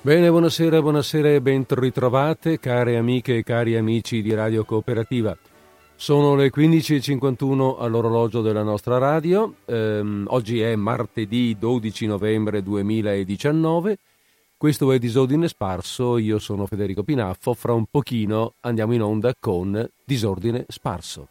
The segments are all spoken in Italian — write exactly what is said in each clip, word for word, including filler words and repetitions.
Bene, buonasera, buonasera e ben ritrovate, care amiche e cari amici di Radio Cooperativa. Sono le quindici e cinquantuno all'orologio della nostra radio. Ehm, oggi è martedì dodici novembre duemiladiciannove. Questo è Disordine Sparso, io sono Federico Pinaffo. Fra un pochino andiamo in onda con Disordine Sparso.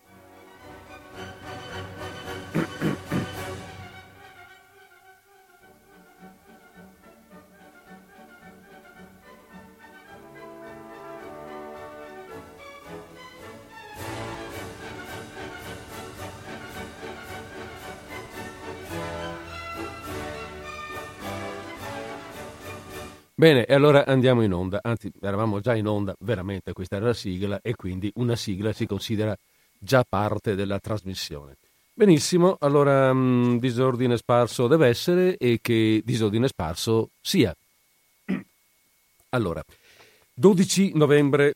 Bene, e allora andiamo in onda, anzi eravamo già in onda, veramente questa era la sigla e quindi una sigla si considera già parte della trasmissione. Benissimo, allora mh, disordine sparso deve essere e che disordine sparso sia. Allora, dodici novembre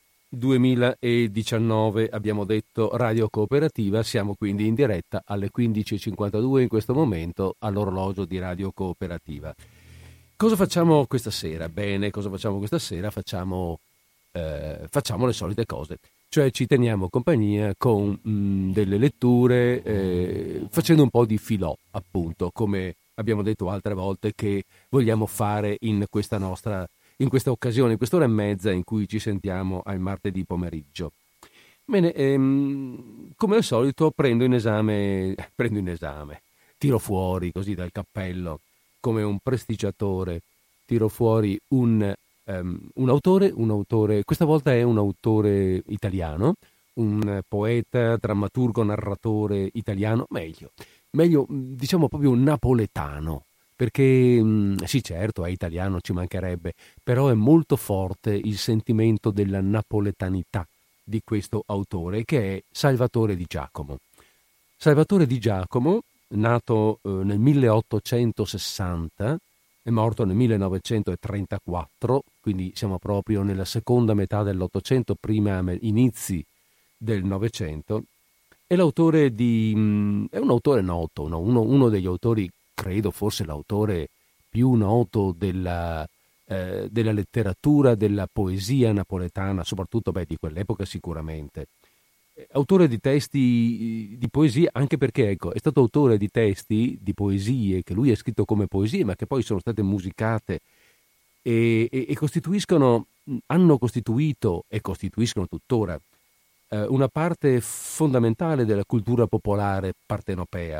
duemiladiciannove abbiamo detto Radio Cooperativa, siamo quindi in diretta alle quindici e cinquantadue in questo momento all'orologio di Radio Cooperativa. Cosa facciamo questa sera? Bene, cosa facciamo questa sera? Facciamo, eh, facciamo le solite cose, cioè ci teniamo compagnia con mh, delle letture, eh, facendo un po' di filò, appunto, come abbiamo detto altre volte che vogliamo fare in questa nostra, in questa occasione, in quest'ora e mezza in cui ci sentiamo al martedì pomeriggio. Bene, ehm, come al solito prendo in esame, prendo in esame, tiro fuori così dal cappello, come un prestigiatore, tiro fuori un, um, un autore, un autore, questa volta è un autore italiano, un poeta, drammaturgo, narratore italiano, meglio, meglio diciamo proprio un napoletano, perché sì certo è italiano, ci mancherebbe, però è molto forte il sentimento della napoletanità di questo autore, che è Salvatore Di Giacomo. Salvatore Di Giacomo, nato eh, nel milleottocentosessanta, è morto nel millenovecentotrentaquattro, quindi siamo proprio nella seconda metà dell'Ottocento, prima inizi del Novecento. È l'autore di mh, è un autore noto, no? uno, uno degli autori, credo forse l'autore più noto della, eh, della letteratura, della poesia napoletana, soprattutto beh, di quell'epoca sicuramente. Autore di testi di poesia, anche perché ecco, è stato autore di testi di poesie che lui ha scritto come poesie, ma che poi sono state musicate e, e, e costituiscono, hanno costituito e costituiscono tuttora eh, una parte fondamentale della cultura popolare partenopea.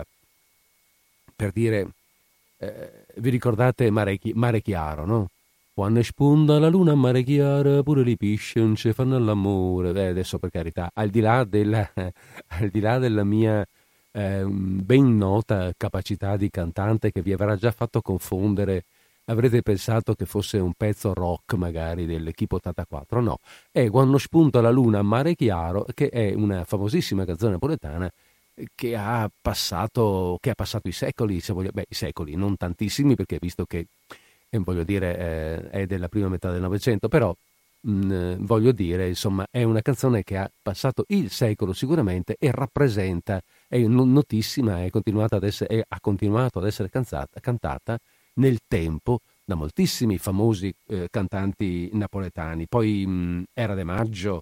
Per dire, eh, vi ricordate Mare, Mare Chiaro, no? Quando spunta la luna a mare chiaro, pure i pesci non ci fanno l'amore. Eh, adesso per carità, al di là della, al di là della mia eh, ben nota capacità di cantante che vi avrà già fatto confondere, avrete pensato che fosse un pezzo rock magari dell'Equipo ottantaquattro, no. È Quando spunta la luna a mare chiaro, che è una famosissima canzone napoletana che ha passato, che ha passato i secoli, se voglio, beh i secoli, non tantissimi perché visto che e voglio dire eh, è della prima metà del Novecento, però mh, voglio dire insomma è una canzone che ha passato il secolo sicuramente e rappresenta, è notissima, è continuata ad essere, è, ha continuato ad essere cantata, cantata nel tempo da moltissimi famosi eh, cantanti napoletani. Poi mh, Era de Maggio,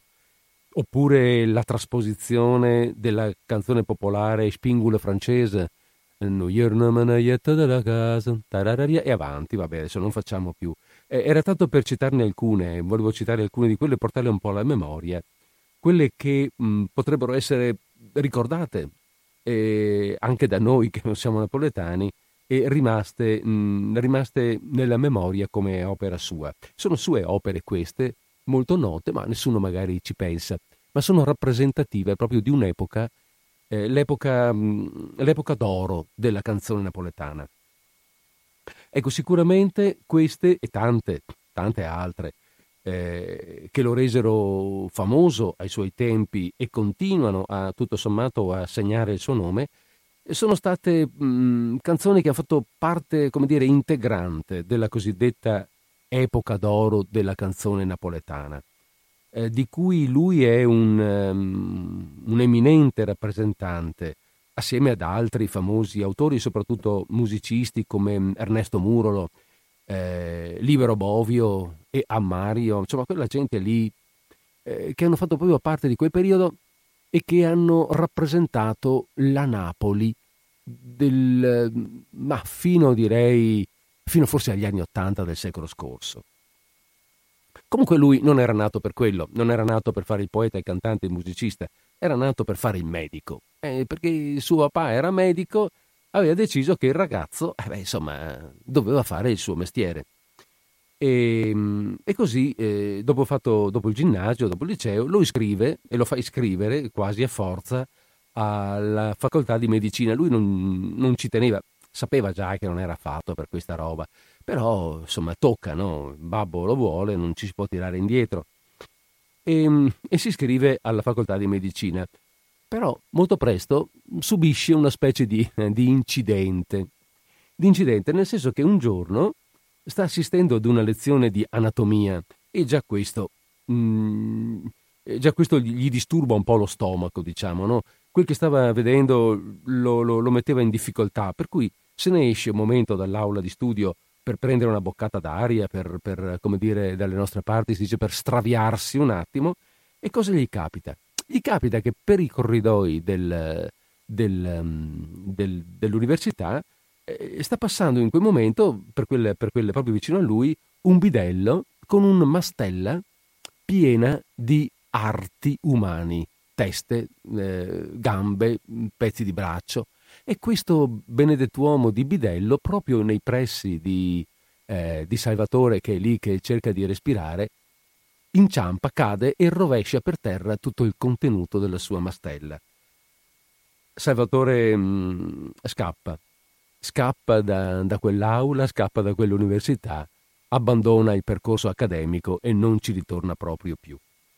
oppure la trasposizione della canzone popolare Spingula francese, New Year, una manaietta della casa, tarararia, e avanti, vabbè, adesso non facciamo più. Eh, era tanto per citarne alcune, volevo citare alcune di quelle e portarle un po' alla memoria, quelle che mh, potrebbero essere ricordate eh, anche da noi che non siamo napoletani e rimaste, mh, rimaste nella memoria come opera sua. Sono sue opere queste, molto note, ma nessuno magari ci pensa, ma sono rappresentative proprio di un'epoca, Eh, l'epoca, l'epoca d'oro della canzone napoletana. Ecco, sicuramente queste e tante, tante altre eh, che lo resero famoso ai suoi tempi e continuano a tutto sommato a segnare il suo nome, sono state mh, canzoni che hanno fatto parte, come dire, integrante della cosiddetta epoca d'oro della canzone napoletana. Eh, di cui lui è un, um, un eminente rappresentante, assieme ad altri famosi autori, soprattutto musicisti come Ernesto Murolo, eh, Libero Bovio e a Mario, insomma quella gente lì eh, che hanno fatto proprio parte di quel periodo e che hanno rappresentato la Napoli del, ma fino direi, fino forse agli anni Ottanta del secolo scorso. Comunque lui non era nato per quello, non era nato per fare il poeta, il cantante, il musicista, era nato per fare il medico, eh, perché il suo papà era medico, aveva deciso che il ragazzo, eh beh, insomma, doveva fare il suo mestiere. E, e così, eh, dopo, fatto, dopo il ginnasio, dopo il liceo, lo iscrive e lo fa iscrivere quasi a forza alla facoltà di medicina. Lui non, non ci teneva, sapeva già che non era fatto per questa roba, però insomma tocca, no? Il babbo lo vuole, non ci si può tirare indietro. E, e si iscrive alla facoltà di medicina, però molto presto subisce una specie di, di incidente, di incidente nel senso che un giorno sta assistendo ad una lezione di anatomia e già questo, mh, già questo gli disturba un po' lo stomaco, diciamo, no? Quel che stava vedendo lo, lo, lo metteva in difficoltà, per cui se ne esce un momento dall'aula di studio per prendere una boccata d'aria, per, per, come dire, dalle nostre parti si dice per straviarsi un attimo, e cosa gli capita? Gli capita che per i corridoi del, del, del, dell'università eh, sta passando in quel momento, per quelle, per quelle proprio vicino a lui, un bidello con un mastella piena di arti umani, teste, eh, gambe, pezzi di braccio. E questo benedettuomo di bidello, proprio nei pressi di, eh, di Salvatore, che è lì che cerca di respirare, inciampa, cade e rovescia per terra tutto il contenuto della sua mastella. Salvatore mh, scappa, scappa da, da quell'aula, scappa da quell'università, abbandona il percorso accademico e non ci ritorna proprio più.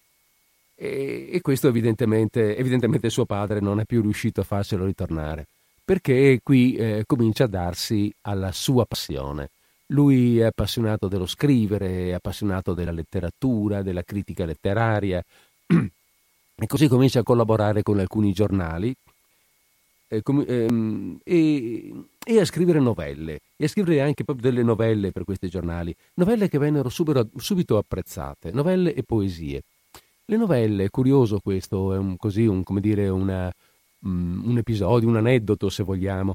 E, e questo evidentemente, evidentemente suo padre non è più riuscito a farselo ritornare, perché qui eh, comincia a darsi alla sua passione. Lui è appassionato dello scrivere, è appassionato della letteratura, della critica letteraria, e così comincia a collaborare con alcuni giornali eh, com- ehm, e, e a scrivere novelle, e a scrivere anche proprio delle novelle per questi giornali, novelle che vennero subito, subito apprezzate, novelle e poesie. Le novelle, è curioso questo, è un, così un, come dire, una, um, un episodio, un aneddoto se vogliamo.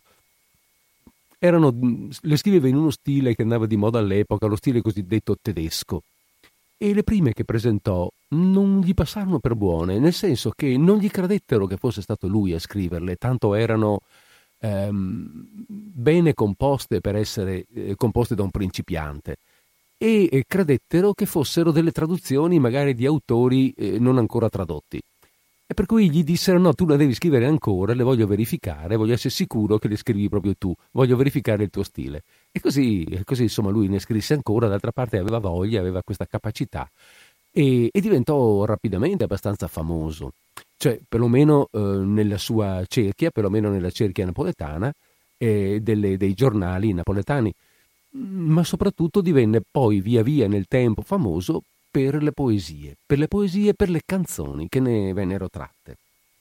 Erano, le scriveva in uno stile che andava di moda all'epoca, lo stile cosiddetto tedesco. E le prime che presentò non gli passarono per buone, nel senso che non gli credettero che fosse stato lui a scriverle, tanto erano ehm, bene composte per essere eh, composte da un principiante. E eh, credettero che fossero delle traduzioni magari di autori eh, non ancora tradotti. E per cui gli dissero: no, tu la devi scrivere ancora, le voglio verificare, voglio essere sicuro che le scrivi proprio tu, voglio verificare il tuo stile. E così, così insomma lui ne scrisse ancora, d'altra parte aveva voglia, aveva questa capacità e, e diventò rapidamente abbastanza famoso, cioè perlomeno eh, nella sua cerchia, perlomeno nella cerchia napoletana e delle, dei giornali napoletani, ma soprattutto divenne poi via via nel tempo famoso per le poesie, per le poesie e per le canzoni che ne vennero tratte.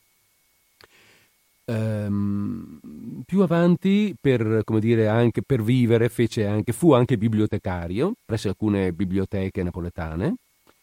Ehm, più avanti, per, come dire, anche per vivere, fece anche, fu anche bibliotecario presso alcune biblioteche napoletane.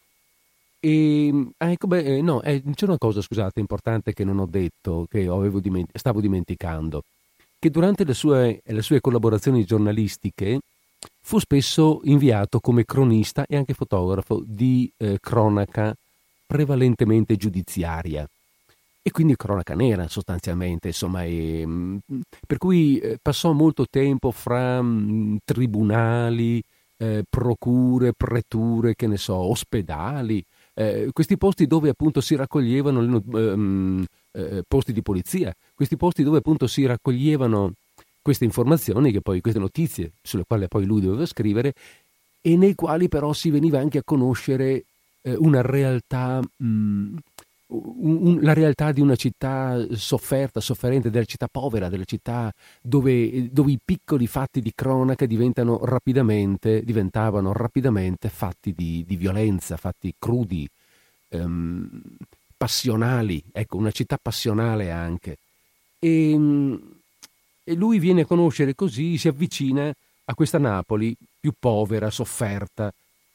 E ecco, beh, no, eh, c'è una cosa, scusate, importante che non ho detto, che avevo diment- stavo dimenticando, che durante le sue, le sue collaborazioni giornalistiche fu spesso inviato come cronista e anche fotografo di eh, cronaca prevalentemente giudiziaria e quindi cronaca nera sostanzialmente, insomma, e, mh, per cui eh, passò molto tempo fra mh, tribunali, eh, procure, preture, che ne so, ospedali, eh, questi posti dove appunto si raccoglievano le, ehm, eh, posti di polizia, questi posti dove appunto si raccoglievano queste informazioni, che poi queste notizie sulle quali poi lui doveva scrivere, e nei quali però si veniva anche a conoscere eh, una realtà, mh, un, un, la realtà di una città sofferta, sofferente, della città povera, della città dove, dove i piccoli fatti di cronaca diventano rapidamente, diventavano rapidamente fatti di, di violenza, fatti crudi, ehm, passionali, ecco, una città passionale anche. E, e lui viene a conoscere così, si avvicina a questa Napoli più povera, sofferta,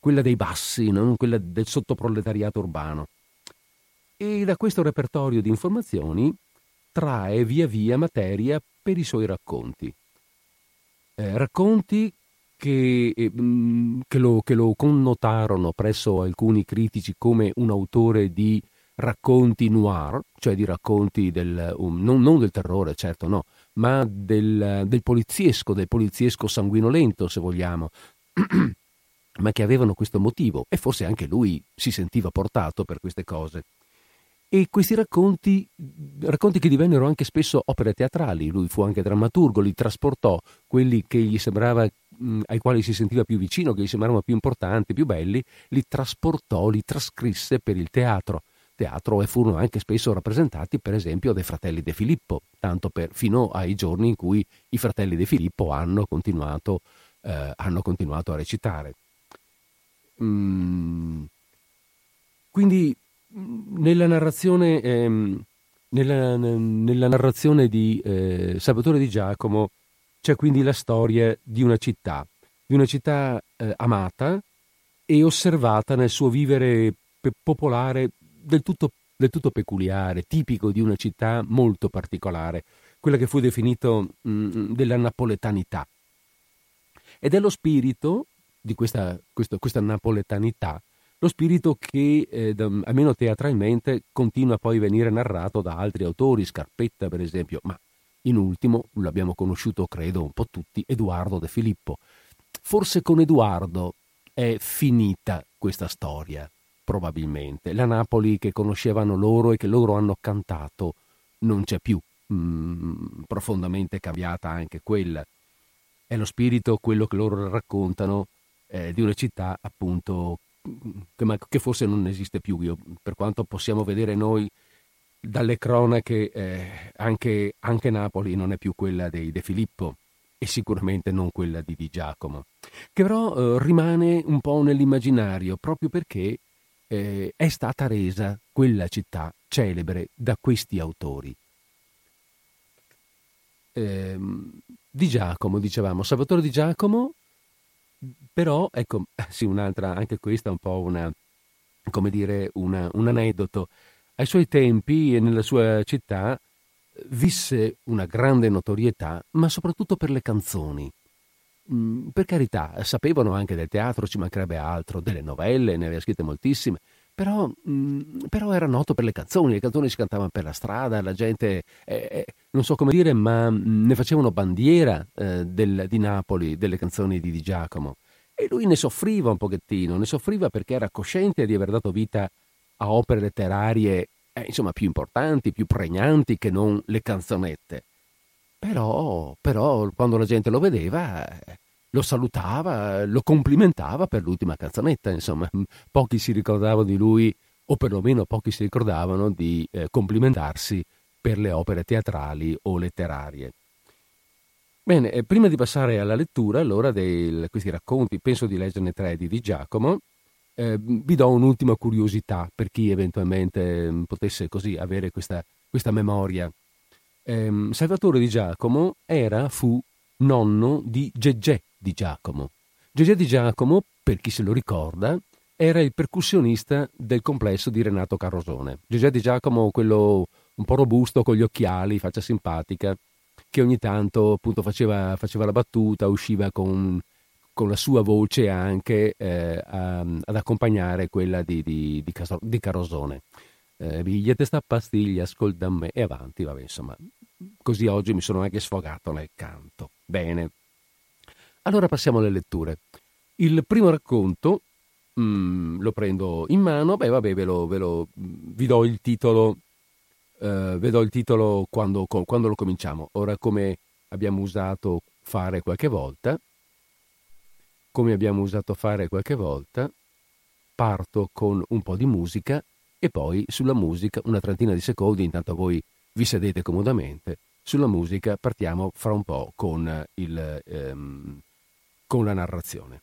quella dei bassi, no? Quella del sottoproletariato urbano. E da questo repertorio di informazioni trae via via materia per i suoi racconti. Eh, racconti che, eh, che, lo, che lo connotarono presso alcuni critici come un autore di racconti noir, cioè di racconti del, um, non, non del terrore, certo no, ma del, del poliziesco, del poliziesco sanguinolento, se vogliamo, ma che avevano questo motivo, e forse anche lui si sentiva portato per queste cose. E questi racconti, racconti che divennero anche spesso opere teatrali, lui fu anche drammaturgo, li trasportò, quelli che gli sembrava, mh, ai quali si sentiva più vicino, che gli sembravano più importanti, più belli, li trasportò, li trascrisse per il teatro. Teatro e furono anche spesso rappresentati, per esempio, dai fratelli De Filippo, tanto per, fino ai giorni in cui i fratelli De Filippo hanno continuato, eh, hanno continuato a recitare. Mm. Quindi nella narrazione, ehm, nella, nella narrazione di eh, Salvatore Di Giacomo c'è quindi la storia di una città, di una città eh, amata e osservata nel suo vivere pe- popolare del tutto, del tutto peculiare, tipico di una città molto particolare, quella che fu definito mh, della napoletanità. Ed è lo spirito di questa, questo, questa napoletanità, lo spirito che, eh, da, almeno teatralmente, continua poi a venire narrato da altri autori, Scarpetta per esempio, ma in ultimo l'abbiamo conosciuto, credo, un po' tutti, Edoardo De Filippo. Forse con Edoardo è finita questa storia, probabilmente. La Napoli che conoscevano loro e che loro hanno cantato non c'è più, mm, profondamente cambiata anche quella. È lo spirito, quello che loro raccontano, eh, di una città appunto che, che forse non esiste più. Io, per quanto possiamo vedere noi dalle cronache, eh, anche, anche Napoli non è più quella dei De Filippo e sicuramente non quella di Di Giacomo, che però eh, rimane un po' nell'immaginario proprio perché eh, è stata resa quella città celebre da questi autori. Eh, Di Giacomo, dicevamo, Salvatore Di Giacomo, però ecco, sì, un'altra, anche questa è un po' una, come dire, una, un aneddoto. Ai suoi tempi e nella sua città visse una grande notorietà, ma soprattutto per le canzoni. Mm, per carità, sapevano anche del teatro, ci mancherebbe altro, delle novelle, ne aveva scritte moltissime, però, mm, però era noto per le canzoni, le canzoni si cantavano per la strada, la gente, eh, non so come dire, ma mm, ne facevano bandiera eh, del, di Napoli, delle canzoni di Di Giacomo. E lui ne soffriva un pochettino, ne soffriva perché era cosciente di aver dato vita a opere letterarie, eh, insomma, più importanti, più pregnanti che non le canzonette. Però, però quando la gente lo vedeva, eh, lo salutava, lo complimentava per l'ultima canzonetta, insomma. Pochi si ricordavano di lui, o perlomeno pochi si ricordavano di eh, complimentarsi per le opere teatrali o letterarie. Bene, eh, prima di passare alla lettura, allora, di questi racconti, penso di leggerne tre di Di Giacomo, eh, vi do un'ultima curiosità per chi eventualmente mh, potesse così avere questa, questa memoria. Eh, Salvatore Di Giacomo era, fu nonno di Gegè Di Giacomo. Gegè Di Giacomo, per chi se lo ricorda, era il percussionista del complesso di Renato Carosone. Gegè Di Giacomo, quello un po' robusto, con gli occhiali, faccia simpatica, che ogni tanto appunto faceva, faceva la battuta, usciva con, con la sua voce anche eh, a, ad accompagnare quella di, di, di, Caso, di Carosone. Eh, bigliette sta pastiglia, ascolta me e avanti, vabbè, insomma, così oggi mi sono anche sfogato nel canto. Bene, allora passiamo alle letture. Il primo racconto mm, lo prendo in mano, beh vabbè, ve lo, ve lo vi do il titolo. Uh, vedo il titolo quando, quando lo cominciamo. Ora, come abbiamo usato fare qualche volta, come abbiamo usato fare qualche volta, parto con un po' di musica e poi sulla musica, una trentina di secondi, intanto voi vi sedete comodamente, sulla musica partiamo fra un po' con, il, ehm, con la narrazione.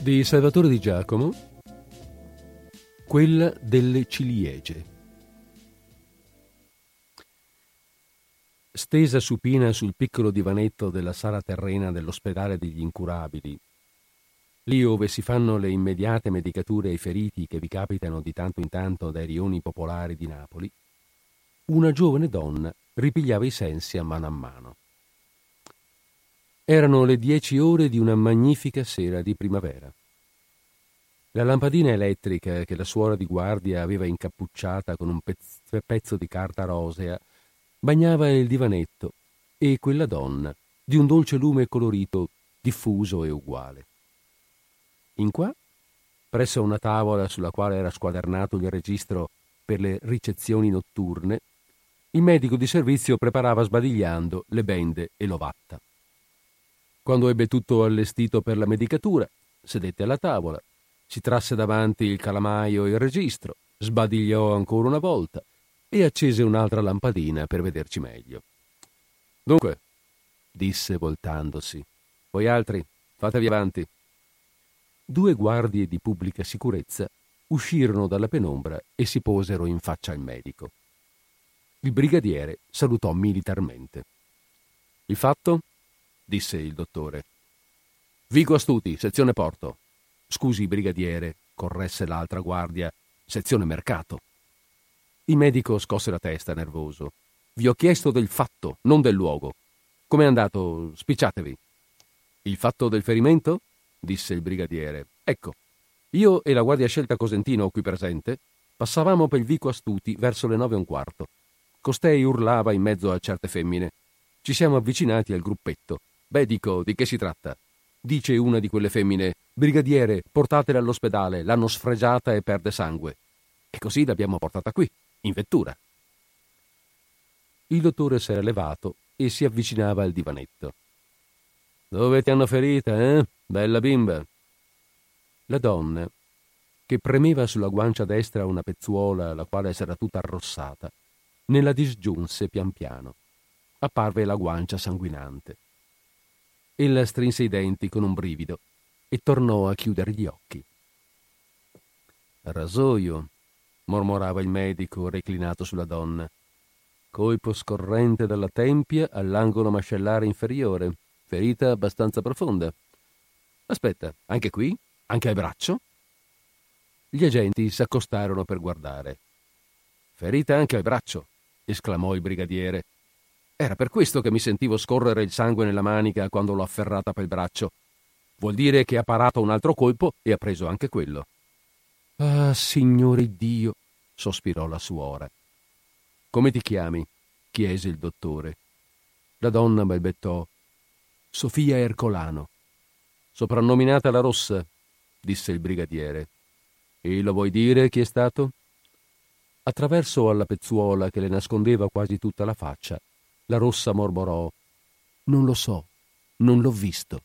di Salvatore Di Giacomo, quella delle ciliegie. Stesa supina sul piccolo divanetto della sala terrena dell'ospedale degli incurabili, lì ove si fanno le immediate medicature ai feriti che vi capitano di tanto in tanto dai rioni popolari di Napoli, una giovane donna ripigliava i sensi a mano a mano. Erano le dieci ore di una magnifica sera di primavera. La lampadina elettrica che la suora di guardia aveva incappucciata con un pezz- pezzo di carta rosea bagnava il divanetto e quella donna di un dolce lume colorito, diffuso e uguale. In qua, presso una tavola sulla quale era squadernato il registro per le ricezioni notturne, il medico di servizio preparava sbadigliando le bende e l'ovatta. Quando ebbe tutto allestito per la medicatura, sedette alla tavola, si trasse davanti il calamaio e il registro, sbadigliò ancora una volta e accese un'altra lampadina per vederci meglio. «Dunque», disse voltandosi, «voi altri, fatevi avanti». Due guardie di pubblica sicurezza uscirono dalla penombra e si posero in faccia al medico. Il brigadiere salutò militarmente. «Il fatto?» disse il dottore. «Vico Astuti, sezione Porto». «Scusi, brigadiere», corresse l'altra guardia, «sezione Mercato». Il medico scosse la testa, nervoso. «Vi ho chiesto del fatto, non del luogo. Com'è andato? Spicciatevi». «Il fatto del ferimento?» disse il brigadiere. «Ecco, io e la guardia scelta Cosentino qui presente passavamo per il Vico Astuti verso le nove e un quarto. Costei urlava in mezzo a certe femmine. Ci siamo avvicinati al gruppetto. Beh, dico, di che si tratta? Dice una di quelle femmine: brigadiere, portatela all'ospedale, l'hanno sfregiata e perde sangue. E così l'abbiamo portata qui, in vettura». Il dottore s'era levato e si avvicinava al divanetto. «Dove ti hanno ferita, eh? Bella bimba». La donna, che premeva sulla guancia destra una pezzuola la quale s'era tutta arrossata, ne la disgiunse pian piano. Apparve la guancia sanguinante. Ella strinse i denti con un brivido e tornò a chiudere gli occhi. «Rasoio», mormorava il medico reclinato sulla donna. «Colpo scorrente dalla tempia all'angolo mascellare inferiore. Ferita abbastanza profonda. Aspetta, anche qui? Anche al braccio?» Gli agenti s'accostarono per guardare. «Ferita anche al braccio», esclamò il brigadiere. «Era per questo che mi sentivo scorrere il sangue nella manica quando l'ho afferrata pel braccio. Vuol dire che ha parato un altro colpo e ha preso anche quello». «Ah, Signore Dio», sospirò la suora. «Come ti chiami?» chiese il dottore. La donna balbettò: «Sofia Ercolano». «Soprannominata la Rossa», disse il brigadiere. «E lo vuoi dire chi è stato?» Attraverso alla pezzuola che le nascondeva quasi tutta la faccia, la Rossa mormorò: «Non lo so, non l'ho visto».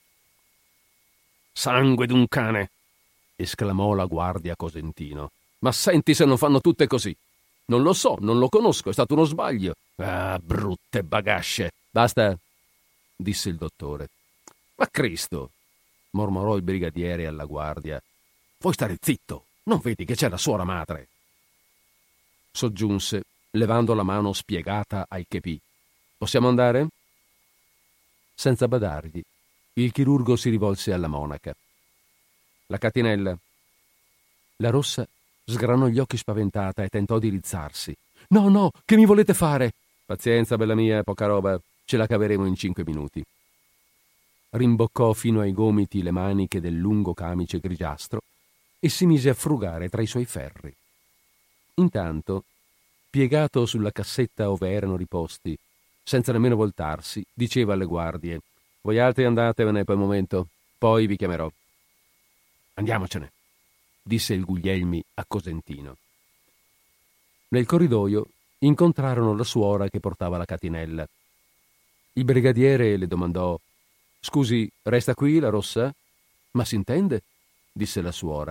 «Sangue d'un cane!» esclamò la guardia Cosentino. «Ma senti se non fanno tutte così! Non lo so, non lo conosco, è stato uno sbaglio. Ah, brutte bagasce!» «Basta», disse il dottore. «Ma Cristo!» mormorò il brigadiere alla guardia. «Vuoi stare zitto? Non vedi che c'è la suora madre?» Soggiunse, levando la mano spiegata al chepì. «Possiamo andare?» Senza badargli, il chirurgo si rivolse alla monaca. «La catinella». La Rossa sgranò gli occhi spaventata e tentò di rizzarsi. «No, no, che mi volete fare?» «Pazienza, bella mia, poca roba, ce la caveremo in cinque minuti». Rimboccò fino ai gomiti le maniche del lungo camice grigiastro e si mise a frugare tra i suoi ferri. Intanto, piegato sulla cassetta ove erano riposti, senza nemmeno voltarsi, diceva alle guardie: «Voi altri andatevene per il momento, poi vi chiamerò». «Andiamocene», disse il Guglielmi a Cosentino. Nel corridoio incontrarono la suora che portava la catinella. Il brigadiere le domandò: «Scusi, resta qui la Rossa?» «Ma s'intende?» disse la suora.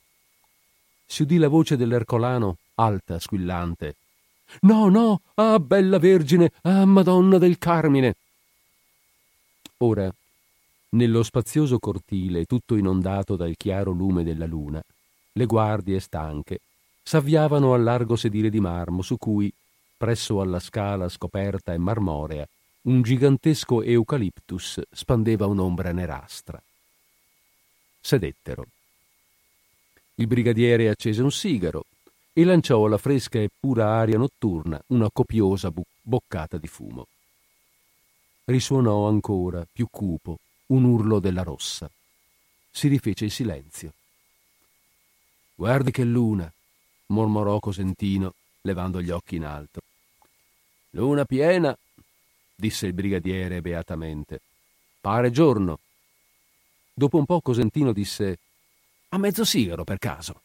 Si udì la voce dell'Ercolano, alta, squillante. «No, no, ah, bella Vergine, ah, Madonna del Carmine!» Ora, Nello spazioso cortile, tutto inondato dal chiaro lume della luna, le guardie stanche s'avviavano al largo sedile di marmo su cui, presso alla scala scoperta e marmorea, un gigantesco eucaliptus spandeva un'ombra nerastra. Sedettero. Il brigadiere accese un sigaro e lanciò alla fresca e pura aria notturna una copiosa bu- boccata di fumo. Risuonò ancora, più cupo, un urlo della rossa. Si rifece il silenzio. «Guardi che luna!» mormorò Cosentino, levando gli occhi in alto. «Luna piena!» disse il brigadiere beatamente. «Pare giorno!» Dopo un po' Cosentino disse: «A mezzo sigaro, per caso?»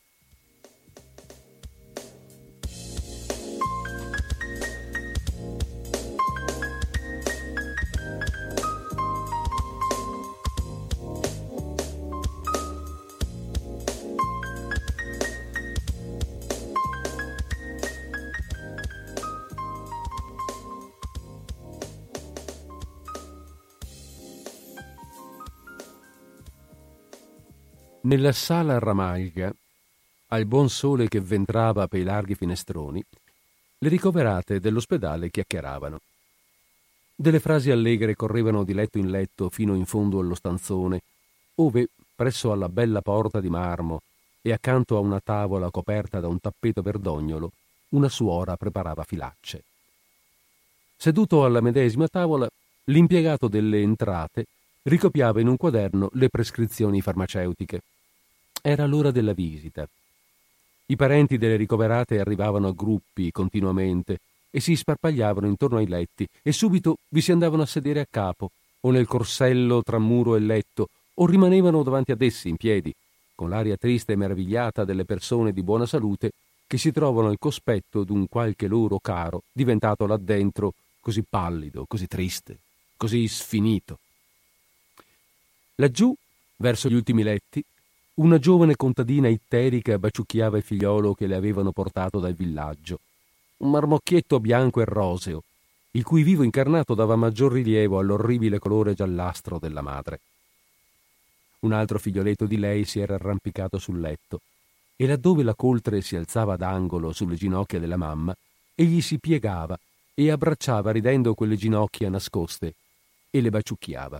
Nella sala ramalga, al buon sole che ventrava per i larghi finestroni, le ricoverate dell'ospedale chiacchieravano. Delle frasi allegre correvano di letto in letto fino in fondo allo stanzone, ove, presso alla bella porta di marmo e accanto a una tavola coperta da un tappeto verdognolo, una suora preparava filacce. Seduto alla medesima tavola, l'impiegato delle entrate ricopiava in un quaderno le prescrizioni farmaceutiche. Era l'ora della visita. I parenti delle ricoverate arrivavano a gruppi continuamente e si sparpagliavano intorno ai letti e subito vi si andavano a sedere a capo o nel corsello tra muro e letto o rimanevano davanti ad essi in piedi, con l'aria triste e meravigliata delle persone di buona salute che si trovano al cospetto d'un qualche loro caro diventato là dentro così pallido, così triste, così sfinito. Laggiù, verso gli ultimi letti, una giovane contadina itterica baciucchiava il figliolo che le avevano portato dal villaggio, un marmocchietto bianco e roseo, il cui vivo incarnato dava maggior rilievo all'orribile colore giallastro della madre. Un altro figlioletto di lei si era arrampicato sul letto e laddove la coltre si alzava d'angolo sulle ginocchia della mamma, egli si piegava e abbracciava ridendo quelle ginocchia nascoste e le baciucchiava.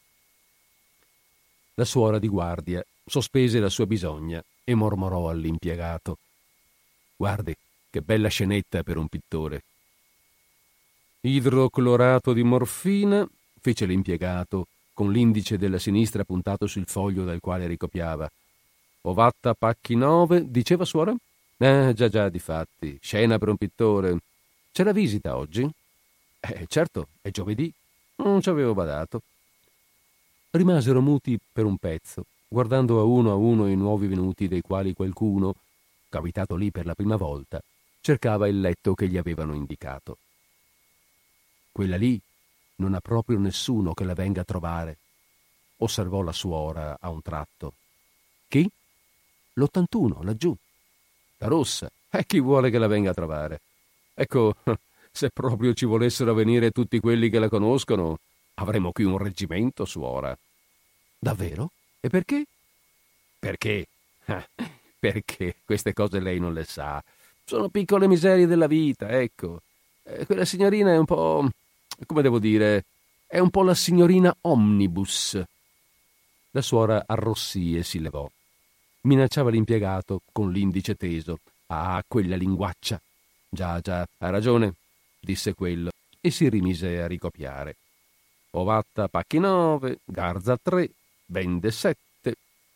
La suora di guardia sospese la sua bisogna e mormorò all'impiegato: «Guardi, che bella scenetta per un pittore!» «Idroclorato di morfina», fece l'impiegato, con l'indice della sinistra puntato sul foglio dal quale ricopiava. «Ovatta pacchi nove», diceva suora? «Eh, già già, difatti, scena per un pittore. C'è la visita oggi?» «Eh, certo, è giovedì. Non ci avevo badato». Rimasero muti per un pezzo, guardando a uno a uno i nuovi venuti, dei quali qualcuno, capitato lì per la prima volta, cercava il letto che gli avevano indicato. «Quella lì non ha proprio nessuno che la venga a trovare», osservò la suora a un tratto. «Chi?» «L'ottantuno, laggiù». «La rossa? E chi vuole che la venga a trovare? Ecco, se proprio ci volessero venire tutti quelli che la conoscono, avremmo qui un reggimento, suora». «Davvero? E perché?» «Perché? Ah, perché queste cose lei non le sa. Sono piccole miserie della vita, ecco. Eh, quella signorina è un po'... come devo dire... è un po' la signorina omnibus». La suora arrossì e si levò. Minacciava l'impiegato con l'indice teso. «Ah, quella linguaccia!» «Già, già, ha ragione», disse quello, e si rimise a ricopiare. «Ovatta pacchi nove, garza tre, bende sette».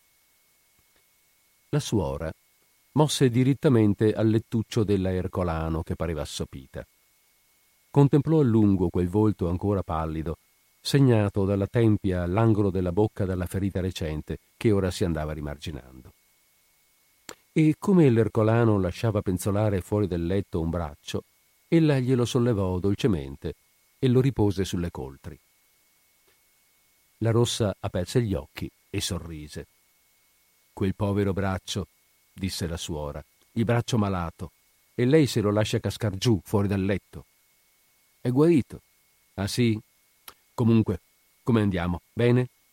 La suora mosse dirittamente al lettuccio della Ercolano che pareva assopita. Contemplò a lungo quel volto ancora pallido, segnato dalla tempia all'angolo della bocca dalla ferita recente che ora si andava rimarginando. E come l'Ercolano lasciava penzolare fuori del letto un braccio, ella glielo sollevò dolcemente e lo ripose sulle coltri. La rossa aperse gli occhi e sorrise. «Quel povero braccio», disse la suora, «il braccio malato, e lei se lo lascia cascar giù fuori dal letto». «È guarito». «Ah sì? Comunque, come andiamo? Bene?»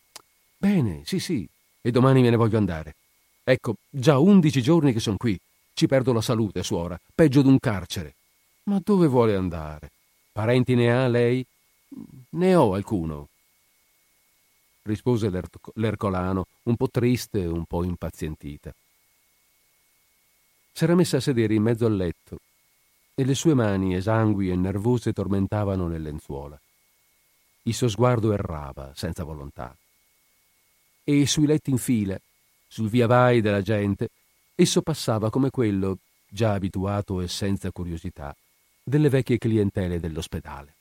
Bene, sì, sì, e domani me ne voglio andare. Ecco, già undici giorni che son qui. Ci perdo la salute, suora, peggio d'un carcere. Ma dove vuole andare? Parenti ne ha lei? Ne ho alcuno, rispose l'er- l'ercolano, un po' triste e un po' impazientita. S'era messa a sedere in mezzo al letto e le sue mani esangui e nervose tormentavano nelle lenzuola. Il suo sguardo errava senza volontà. E sui letti in fila, sul via vai della gente, esso passava come quello, già abituato e senza curiosità, delle vecchie clientele dell'ospedale.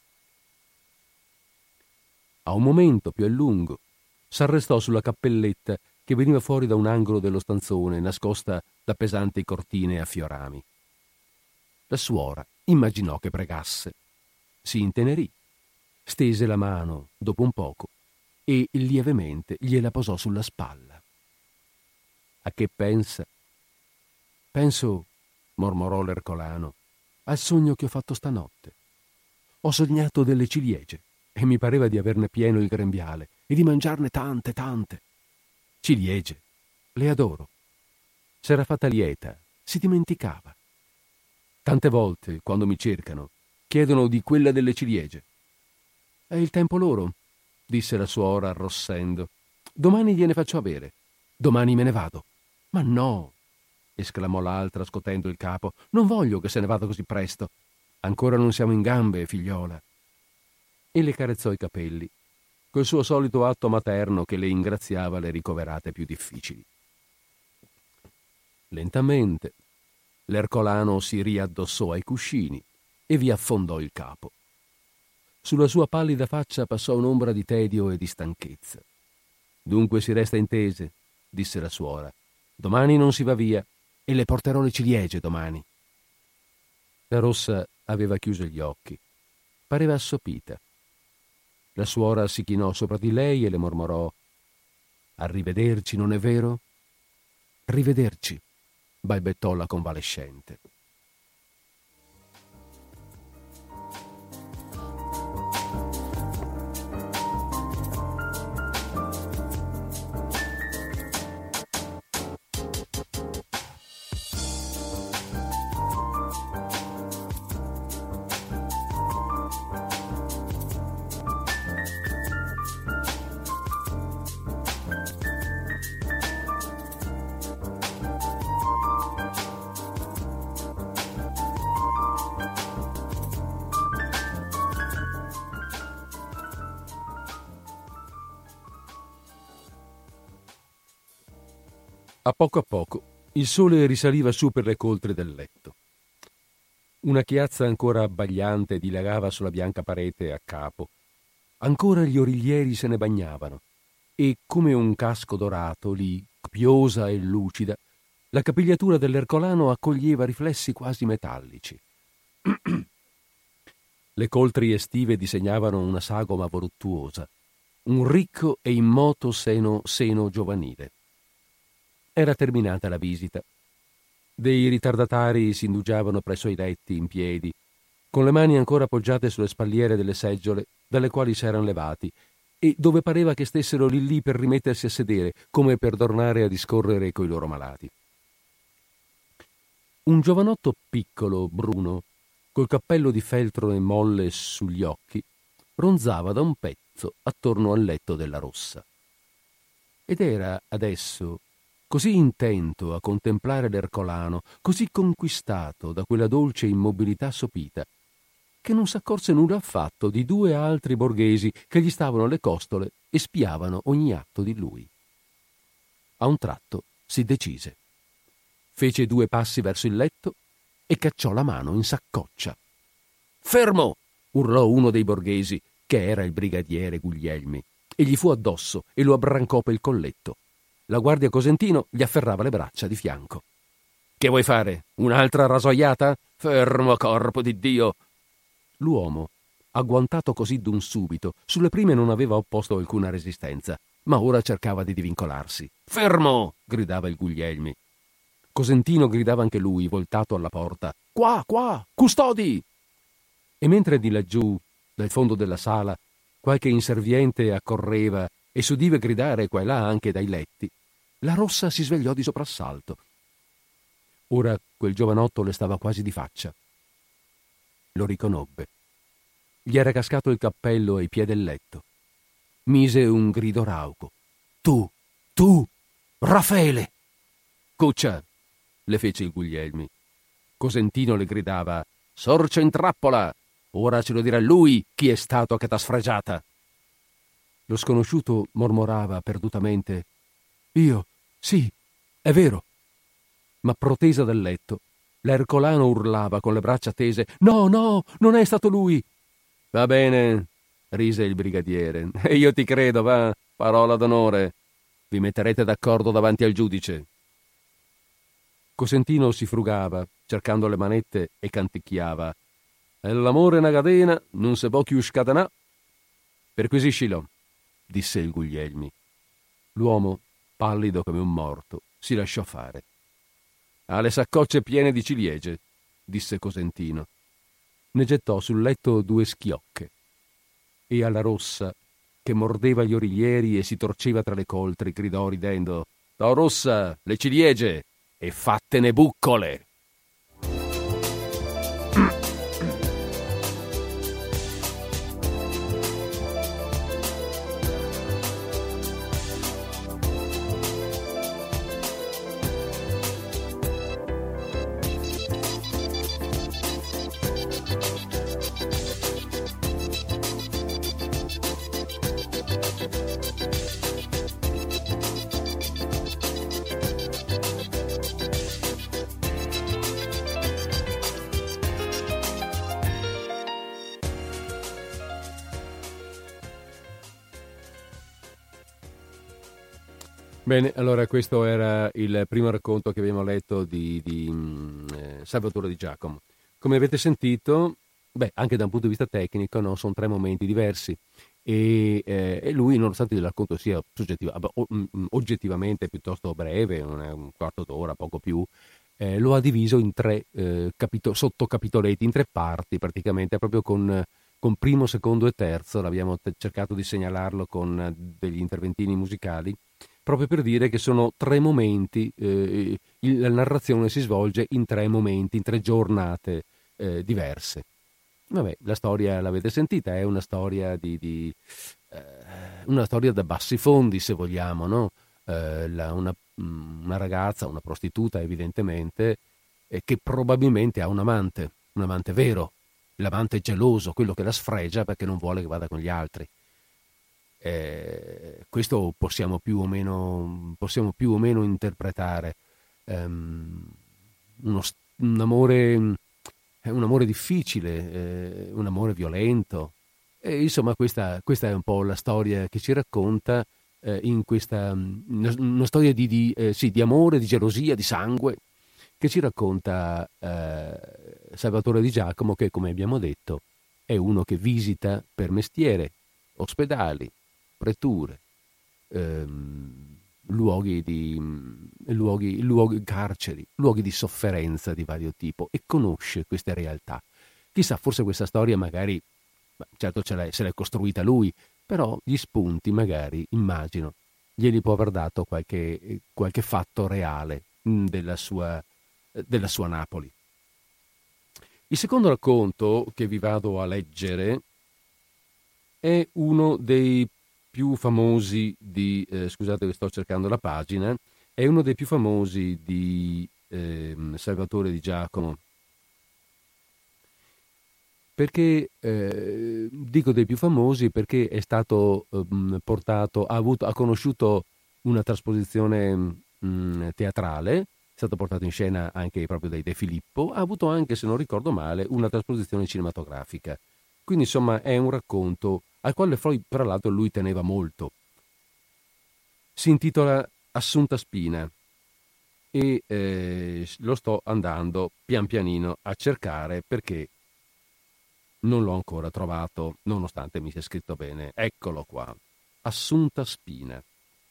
A un momento più a lungo s'arrestò sulla cappelletta che veniva fuori da un angolo dello stanzone, nascosta da pesanti cortine a fiorami. La suora immaginò che pregasse. Si intenerì, stese la mano dopo un poco e lievemente gliela posò sulla spalla. A che pensa? Penso, mormorò l'ercolano, al sogno che ho fatto stanotte. Ho sognato delle ciliegie e mi pareva di averne pieno il grembiale e di mangiarne tante, tante. Ciliegie, le adoro. S'era fatta lieta, si dimenticava. Tante volte, quando mi cercano, chiedono di quella delle ciliegie. È il tempo loro, disse la suora arrossendo. Domani gliene faccio avere. Domani me ne vado. Ma no, esclamò l'altra scotendo il capo. Non voglio che se ne vada così presto. Ancora non siamo in gambe, figliola. E le carezzò i capelli, col suo solito atto materno che le ingraziava le ricoverate più difficili. Lentamente l'ercolano si riaddossò ai cuscini e vi affondò il capo. Sulla sua pallida faccia passò un'ombra di tedio e di stanchezza. Dunque si resta intese, disse la suora. Domani non si va via e le porterò le ciliegie domani. La rossa aveva chiuso gli occhi. Pareva assopita. La suora si chinò sopra di lei e le mormorò: Arrivederci, non è vero? Arrivederci, balbettò la convalescente. A poco a poco il sole risaliva su per le coltre del letto. Una chiazza ancora abbagliante dilagava sulla bianca parete a capo. Ancora gli origlieri se ne bagnavano e, come un casco dorato, lì, piosa e lucida, la capigliatura dell'ercolano accoglieva riflessi quasi metallici. Le coltri estive disegnavano una sagoma voluttuosa, un ricco e immoto seno, seno giovanile. Era terminata la visita. Dei ritardatari si indugiavano presso i letti in piedi, con le mani ancora appoggiate sulle spalliere delle seggiole dalle quali s'eran levati e dove pareva che stessero lì lì per rimettersi a sedere, come per tornare a discorrere coi loro malati. Un giovanotto piccolo, bruno, col cappello di feltro e molle sugli occhi, ronzava da un pezzo attorno al letto della rossa. Ed era adesso così intento a contemplare l'ercolano, così conquistato da quella dolce immobilità sopita, che non s'accorse nulla affatto di due altri borghesi che gli stavano alle costole e spiavano ogni atto di lui. A un tratto si decise. Fece due passi verso il letto e cacciò la mano in saccoccia. «Fermo!» urlò uno dei borghesi, che era il brigadiere Guglielmi, e gli fu addosso e lo abbrancò pel colletto. La guardia Cosentino gli afferrava le braccia di fianco. «Che vuoi fare? Un'altra rasoiata? Fermo, corpo di Dio!» L'uomo, agguantato così d'un subito, sulle prime non aveva opposto alcuna resistenza, ma ora cercava di divincolarsi. «Fermo!» gridava il Guglielmi. Cosentino gridava anche lui, voltato alla porta. «Qua, qua! Custodi!» E mentre di laggiù, dal fondo della sala, qualche inserviente accorreva e si udiva gridare qua e là anche dai letti, la rossa si svegliò di soprassalto. Ora quel giovanotto le stava quasi di faccia. Lo riconobbe. Gli era cascato il cappello ai piedi del letto. Mise un grido rauco. Tu, tu, Raffaele! Cuccia, le fece il Guglielmi. Cosentino le gridava: Sorcio in trappola! Ora ce lo dirà lui chi è stato che t'ha sfregiata. Lo sconosciuto mormorava perdutamente: Io, sì, è vero. Ma protesa dal letto, l'ercolano urlava con le braccia tese: No, no, non è stato lui. Va bene, rise il brigadiere, e io ti credo, va, parola d'onore. Vi metterete d'accordo davanti al giudice. Cosentino si frugava, cercando le manette, e canticchiava: E l'amore è una catena, non se può più scatenà. Perquisiscilo, disse il Guglielmi. L'uomo, pallido come un morto, si lasciò fare. Ha le saccocce piene di ciliegie, disse Cosentino. Ne gettò sul letto due schiocche e alla rossa, che mordeva gli origlieri e si torceva tra le coltri, gridò ridendo: «To rossa, le ciliegie, e fattene buccole!» Bene, allora questo era il primo racconto che abbiamo letto di, di eh, Salvatore Di Giacomo. Come avete sentito, beh, anche da un punto di vista tecnico, no, sono tre momenti diversi e, eh, e lui, nonostante il racconto sia soggettiva, oggettivamente piuttosto breve, un quarto d'ora, poco più, eh, lo ha diviso in tre eh, capito- sottocapitoletti, in tre parti praticamente, proprio con, con primo, secondo e terzo. L'abbiamo t- cercato di segnalarlo con degli interventini musicali, proprio per dire che sono tre momenti, eh, il, la narrazione si svolge in tre momenti, in tre giornate eh, diverse. Vabbè, la storia l'avete sentita, è una storia di, di eh, una storia da bassi fondi, se vogliamo, no? Eh, la, una, una ragazza, una prostituta evidentemente, eh, che probabilmente ha un amante, un amante vero, l'amante geloso, quello che la sfregia perché non vuole che vada con gli altri. Eh, questo possiamo più o meno possiamo più o meno interpretare um, uno, un amore un amore difficile, eh, un amore violento, e insomma questa, questa è un po' la storia che ci racconta eh, in questa una, una storia di, di, eh, sì, di amore, di gelosia, di sangue, che ci racconta eh, Salvatore Di Giacomo, che, come abbiamo detto, è uno che visita per mestiere ospedali, preture, ehm, luoghi di luoghi, luoghi, carceri, luoghi di sofferenza di vario tipo, e conosce queste realtà. Chissà, forse questa storia magari, certo ce l'è, se l'è costruita lui, però gli spunti magari, immagino, glieli può aver dato qualche, qualche fatto reale della sua, della sua Napoli. Il secondo racconto che vi vado a leggere è uno dei più famosi di, eh, scusate che sto cercando la pagina, è uno dei più famosi di eh, Salvatore Di Giacomo. Perché eh, dico dei più famosi? Perché è stato eh, portato, ha, avuto, ha conosciuto una trasposizione mh, teatrale, è stato portato in scena anche proprio dai De Filippo, ha avuto anche, se non ricordo male, una trasposizione cinematografica. Quindi insomma è un racconto al quale poi, tra l'altro, lui teneva molto. Si intitola Assunta Spina e eh, lo sto andando pian pianino a cercare perché non l'ho ancora trovato, nonostante mi sia scritto bene. Eccolo qua, Assunta Spina.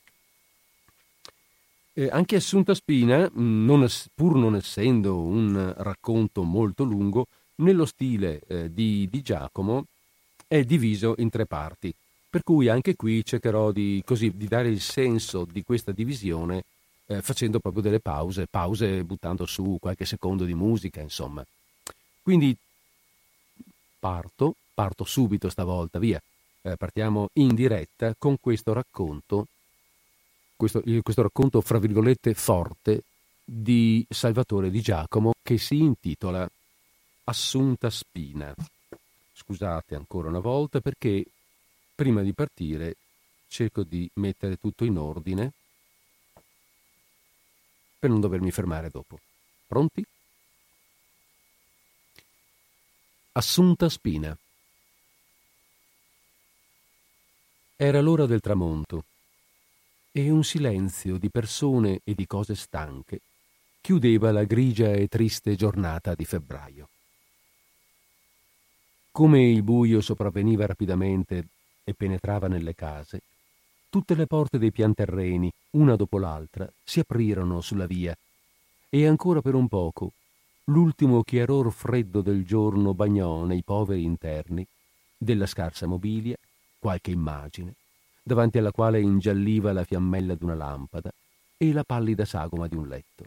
Eh, anche Assunta Spina, non es- pur non essendo un racconto molto lungo, nello stile eh, di, di Giacomo, è diviso in tre parti. Per cui anche qui cercherò di, così, di dare il senso di questa divisione eh, facendo proprio delle pause, pause buttando su qualche secondo di musica, insomma. Quindi parto, parto subito stavolta, via. Eh, partiamo in diretta con questo racconto, questo, questo racconto fra virgolette forte di Salvatore Di Giacomo che si intitola Assunta Spina. Scusate ancora una volta perché prima di partire cerco di mettere tutto in ordine per non dovermi fermare dopo. Pronti? Assunta Spina. Era l'ora del tramonto e un silenzio di persone e di cose stanche chiudeva la grigia e triste giornata di febbraio. Come il buio sopravveniva rapidamente e penetrava nelle case, tutte le porte dei pianterreni, una dopo l'altra, si aprirono sulla via e ancora per un poco l'ultimo chiaror freddo del giorno bagnò nei poveri interni della scarsa mobilia qualche immagine, davanti alla quale ingialliva la fiammella d'una lampada e la pallida sagoma di un letto.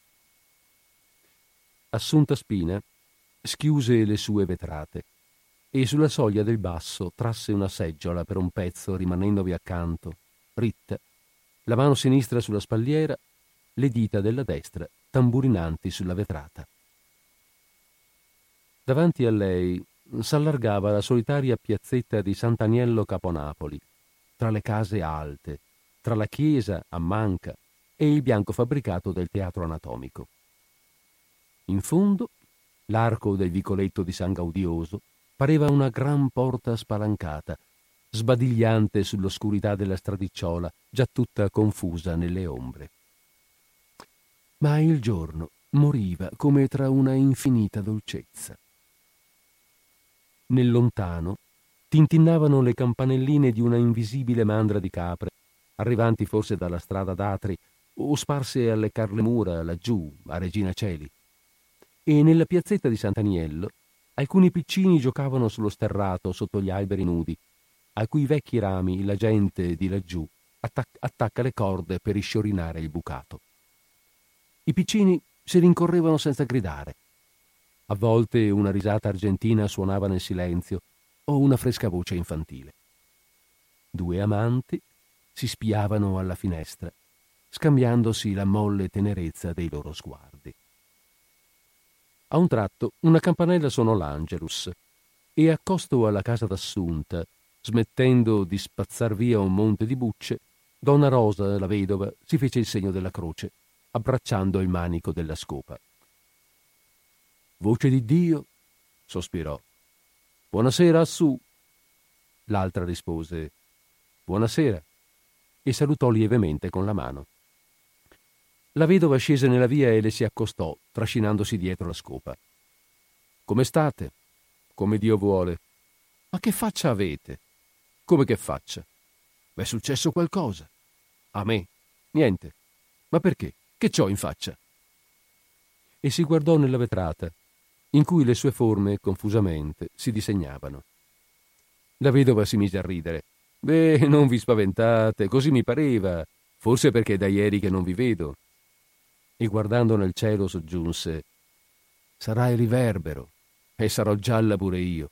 Assunta Spina schiuse le sue vetrate e sulla soglia del basso trasse una seggiola per un pezzo, rimanendovi accanto, ritta, la mano sinistra sulla spalliera, le dita della destra tamburinanti sulla vetrata. Davanti a lei s'allargava la solitaria piazzetta di Sant'Aniello Caponapoli, tra le case alte, tra la chiesa a manca e il bianco fabbricato del teatro anatomico. In fondo, l'arco del vicoletto di San Gaudioso pareva una gran porta spalancata, sbadigliante sull'oscurità della stradicciuola, già tutta confusa nelle ombre. Ma il giorno moriva come tra una infinita dolcezza. Nel lontano tintinnavano le campanelline di una invisibile mandra di capre, arrivanti forse dalla strada d'Atri o sparse alle Carlemura laggiù, a Regina Coeli. E nella piazzetta di Sant'Aniello alcuni piccini giocavano sullo sterrato sotto gli alberi nudi, a cui vecchi rami la gente di laggiù attac- attacca le corde per risciorinare il bucato. I piccini si rincorrevano senza gridare. A volte una risata argentina suonava nel silenzio o una fresca voce infantile. Due amanti si spiavano alla finestra, scambiandosi la molle tenerezza dei loro sguardi. A un tratto una campanella suonò l'Angelus e accosto alla casa d'Assunta, smettendo di spazzar via un monte di bucce, donna Rosa, la vedova, si fece il segno della croce, abbracciando il manico della scopa. «Voce di Dio», sospirò. «Buonasera, Assù». L'altra rispose «Buonasera» e salutò lievemente con la mano. La vedova scese nella via e le si accostò, trascinandosi dietro la scopa. «Come state?» «Come Dio vuole». «Ma che faccia avete?» «Come che faccia?» «V'è successo qualcosa?» «A me?» «Niente». «Ma perché? Che c'ho in faccia?» E si guardò nella vetrata, in cui le sue forme, confusamente, si disegnavano. La vedova si mise a ridere. «Beh, non vi spaventate, così mi pareva. Forse perché è da ieri che non vi vedo». E guardando nel cielo soggiunse: «Sarà il riverbero, e sarò gialla pure io».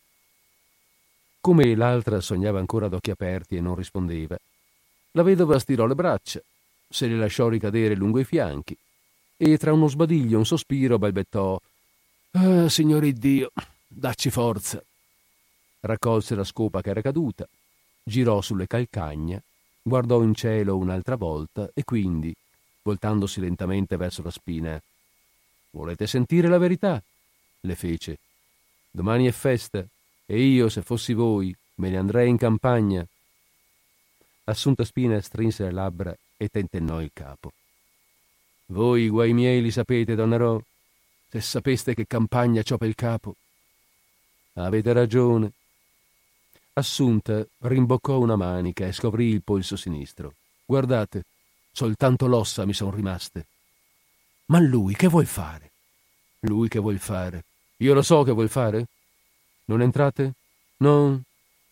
Come l'altra sognava ancora ad occhi aperti e non rispondeva, la vedova stirò le braccia, se le lasciò ricadere lungo i fianchi e tra uno sbadiglio e un sospiro balbettò: «Ah, Signore Dio, dacci forza». Raccolse la scopa che era caduta, girò sulle calcagna, guardò in cielo un'altra volta e quindi, voltandosi lentamente verso la Spina: «Volete sentire la verità?» le fece. «Domani è festa e io, se fossi voi, me ne andrei in campagna». Assunta Spina strinse le labbra e tentennò il capo. «Voi i guai miei li sapete, donna Ro? Se sapeste che campagna c'ho pel capo». «Avete ragione». Assunta rimboccò una manica e scoprì il polso sinistro. «Guardate, soltanto l'ossa mi son rimaste». «Ma lui che vuol fare?» «Lui che vuol fare? Io lo so che vuol fare. Non entrate?» «No,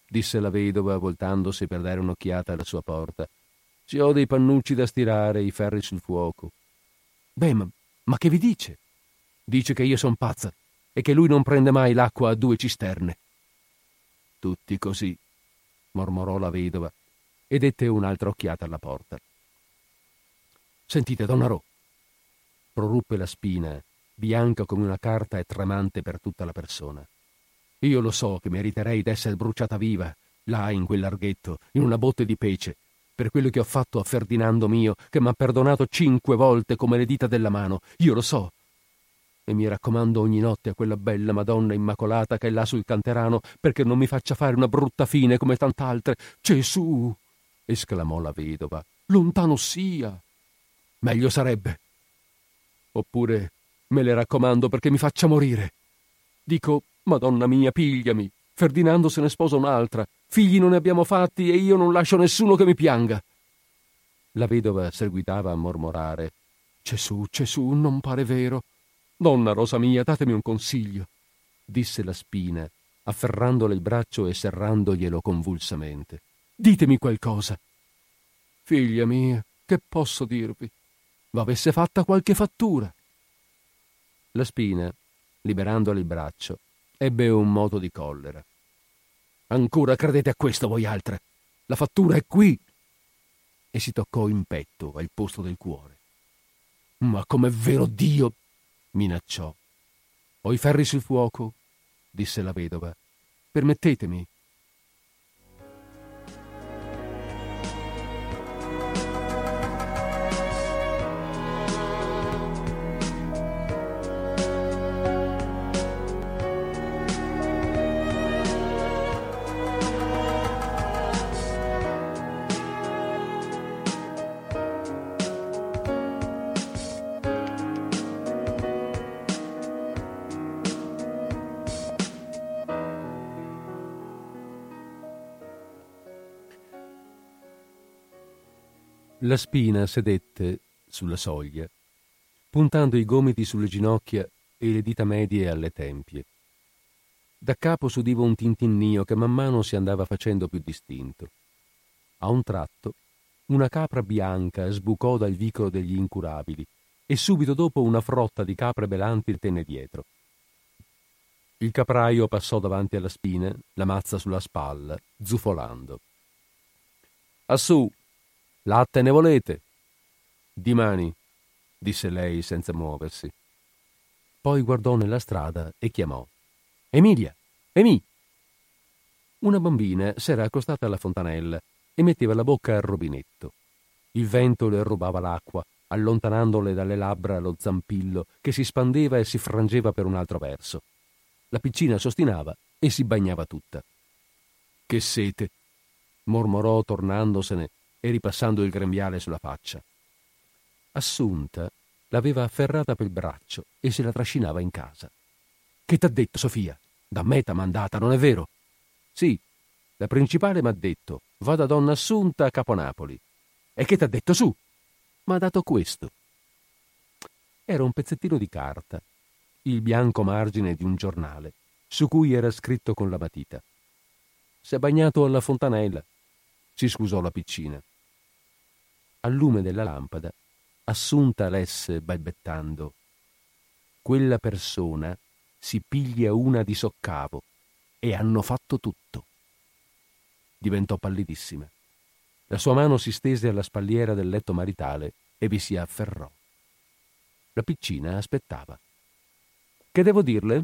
disse la vedova voltandosi per dare un'occhiata alla sua porta. «Se ho dei pannucci da stirare, i ferri sul fuoco». «Beh, ma, ma che vi dice?» «Dice che io son pazza e che lui non prende mai l'acqua a due cisterne». «Tutti così», mormorò la vedova e dette un'altra occhiata alla porta. «Sentite, donna Ro», proruppe la Spina, bianca come una carta e tremante per tutta la persona. «Io lo so che meriterei d'essere bruciata viva, là in quel larghetto, in una botte di pece, per quello che ho fatto a Ferdinando mio, che m'ha perdonato cinque volte come le dita della mano. Io lo so. E mi raccomando ogni notte a quella bella Madonna Immacolata che è là sul canterano, perché non mi faccia fare una brutta fine come tant'altre. Gesù!» esclamò la vedova. «Lontano sia! Meglio sarebbe. Oppure me le raccomando perché mi faccia morire. Dico, Madonna mia, pigliami. Ferdinando se ne sposa un'altra. Figli non ne abbiamo fatti e io non lascio nessuno che mi pianga». La vedova seguitava a mormorare. «Gesù, Gesù, non pare vero. Donna Rosa mia, datemi un consiglio», disse la Spina, afferrandole il braccio e serrandoglielo convulsamente. «Ditemi qualcosa». «Figlia mia, che posso dirvi? V'avesse fatta qualche fattura». La Spina, liberandole il braccio, ebbe un moto di collera. «Ancora credete a questo voi altre? La fattura è qui!» E si toccò in petto al posto del cuore. «Ma com'è vero Dio!» minacciò. «Ho i ferri sul fuoco», disse la vedova. «Permettetemi». La Spina sedette sulla soglia, puntando i gomiti sulle ginocchia e le dita medie alle tempie. Da capo s'udiva un tintinnio che man mano si andava facendo più distinto. A un tratto una capra bianca sbucò dal vicolo degli incurabili e subito dopo una frotta di capre belanti il tenne dietro. Il capraio passò davanti alla Spina, la mazza sulla spalla, zufolando. «Assù, latte ne volete?» «Dimani», disse lei senza muoversi. Poi guardò nella strada e chiamò. «Emilia! Emi!» Una bambina s'era accostata alla fontanella e metteva la bocca al rubinetto. Il vento le rubava l'acqua, allontanandole dalle labbra lo zampillo che si spandeva e si frangeva per un altro verso. La piccina s'ostinava e si bagnava tutta. «Che sete!» mormorò tornandosene e ripassando il grembiale sulla faccia. Assunta l'aveva afferrata pel braccio e se la trascinava in casa. «Che t'ha detto, Sofia? Da me t'ha mandata, non è vero?» «Sì, la principale m'ha detto, va da donna Assunta a Caponapoli». «E che t'ha detto, su?» «M'ha dato questo». Era un pezzettino di carta, il bianco margine di un giornale, su cui era scritto con la matita. «S'è bagnato alla fontanella», si scusò la piccina. Al lume della lampada, Assunta lesse balbettando: «Quella persona si piglia una di soccavo e hanno fatto tutto». Diventò pallidissima. La sua mano si stese alla spalliera del letto maritale e vi si afferrò. La piccina aspettava. «Che devo dirle?»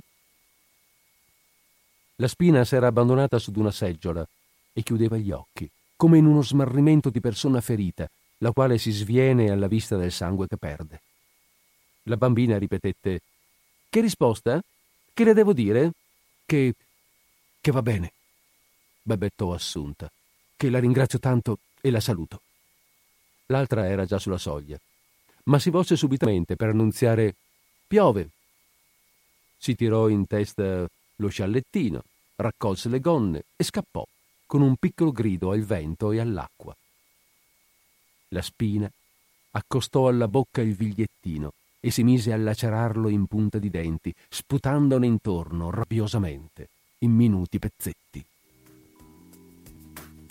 La Spina s'era abbandonata su d'una seggiola e chiudeva gli occhi, come in uno smarrimento di persona ferita, la quale si sviene alla vista del sangue che perde. La bambina ripetette: «Che risposta? Che le devo dire?» «Che... che va bene», balbettò Assunta, «che la ringrazio tanto e la saluto». L'altra era già sulla soglia, ma si volse subitamente per annunziare: «Piove». Si tirò in testa lo sciallettino, raccolse le gonne e scappò con un piccolo grido al vento e all'acqua. La Spina accostò alla bocca il vigliettino e si mise a lacerarlo in punta di denti, sputandone intorno rabbiosamente in minuti pezzetti.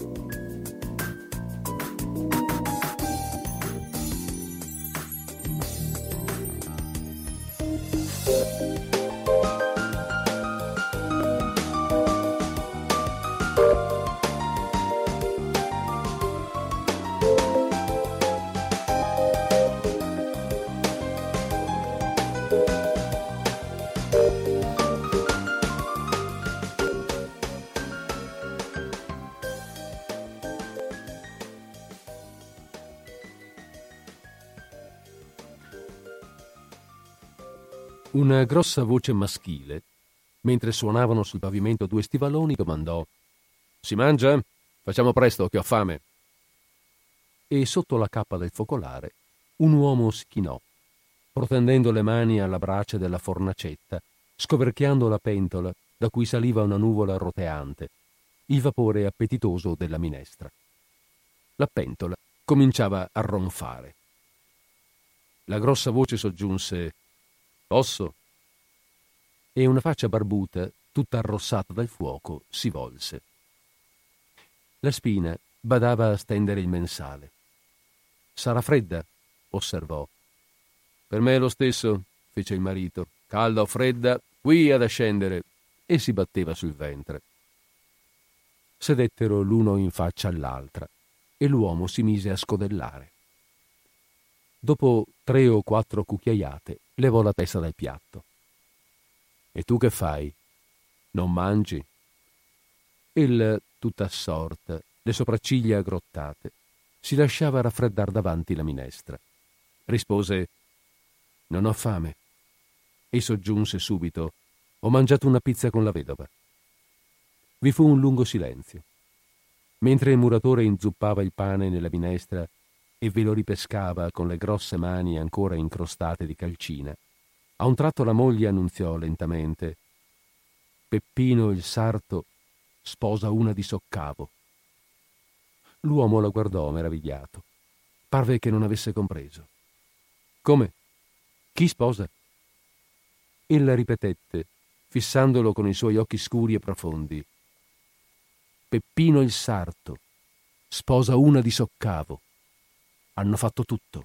Una grossa voce maschile, mentre suonavano sul pavimento due stivaloni, domandò: «Si mangia? Facciamo presto, che ho fame». E sotto la cappa del focolare un uomo si chinò, protendendo le mani alla brace della fornacetta, scoperchiando la pentola da cui saliva una nuvola roteante, il vapore appetitoso della minestra. La pentola cominciava a ronfare. La grossa voce soggiunse: «Posso?» E una faccia barbuta, tutta arrossata dal fuoco, si volse. La Spina badava a stendere il mensale. «Sarà fredda?» osservò. «Per me è lo stesso», fece il marito. «Calda o fredda, qui ad ascendere», e si batteva sul ventre. Sedettero l'uno in faccia all'altra e l'uomo si mise a scodellare. Dopo tre o quattro cucchiaiate levò la testa dal piatto. «E tu che fai? Non mangi?» Il, tutta assorta, le sopracciglia aggrottate, si lasciava raffreddar davanti la minestra. Rispose: «Non ho fame», e soggiunse subito: «Ho mangiato una pizza con la vedova». Vi fu un lungo silenzio. Mentre il muratore inzuppava il pane nella minestra e ve lo ripescava con le grosse mani ancora incrostate di calcina, a un tratto la moglie annunziò lentamente: «Peppino il sarto sposa una di Soccavo». L'uomo la guardò meravigliato. Parve che non avesse compreso. «Come? Chi sposa?» Ella ripetette, fissandolo con i suoi occhi scuri e profondi: «Peppino il sarto sposa una di Soccavo. Hanno fatto tutto».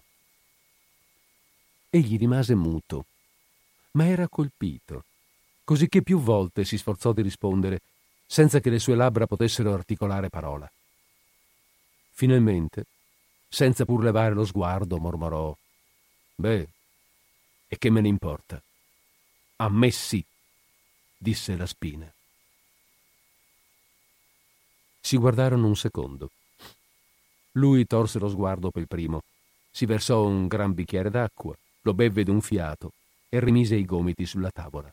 Egli rimase muto, ma era colpito, cosicché più volte si sforzò di rispondere, senza che le sue labbra potessero articolare parola. Finalmente, senza pur levare lo sguardo, mormorò: «Beh, e che me ne importa? A me sì», disse la Spina. Si guardarono un secondo. Lui torse lo sguardo per primo, si versò un gran bicchiere d'acqua, lo bevve d'un fiato e rimise i gomiti sulla tavola.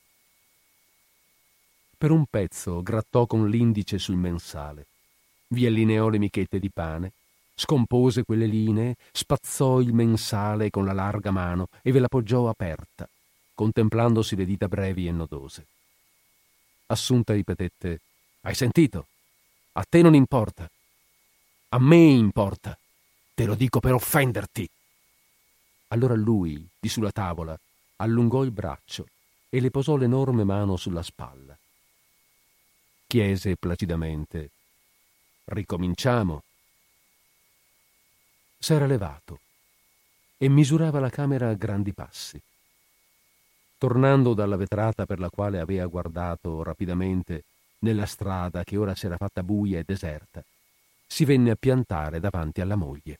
Per un pezzo grattò con l'indice sul mensale, vi allineò le michette di pane, scompose quelle linee, spazzò il mensale con la larga mano e ve la poggiò aperta, contemplandosi le dita brevi e nodose. Assunta ripetette: «Hai sentito? A te non importa. A me importa. Te lo dico per offenderti». Allora lui, di sulla tavola, allungò il braccio e le posò l'enorme mano sulla spalla. Chiese placidamente: «Ricominciamo». S'era levato e misurava la camera a grandi passi. Tornando dalla vetrata per la quale aveva guardato rapidamente nella strada che ora si era fatta buia e deserta, si venne a piantare davanti alla moglie.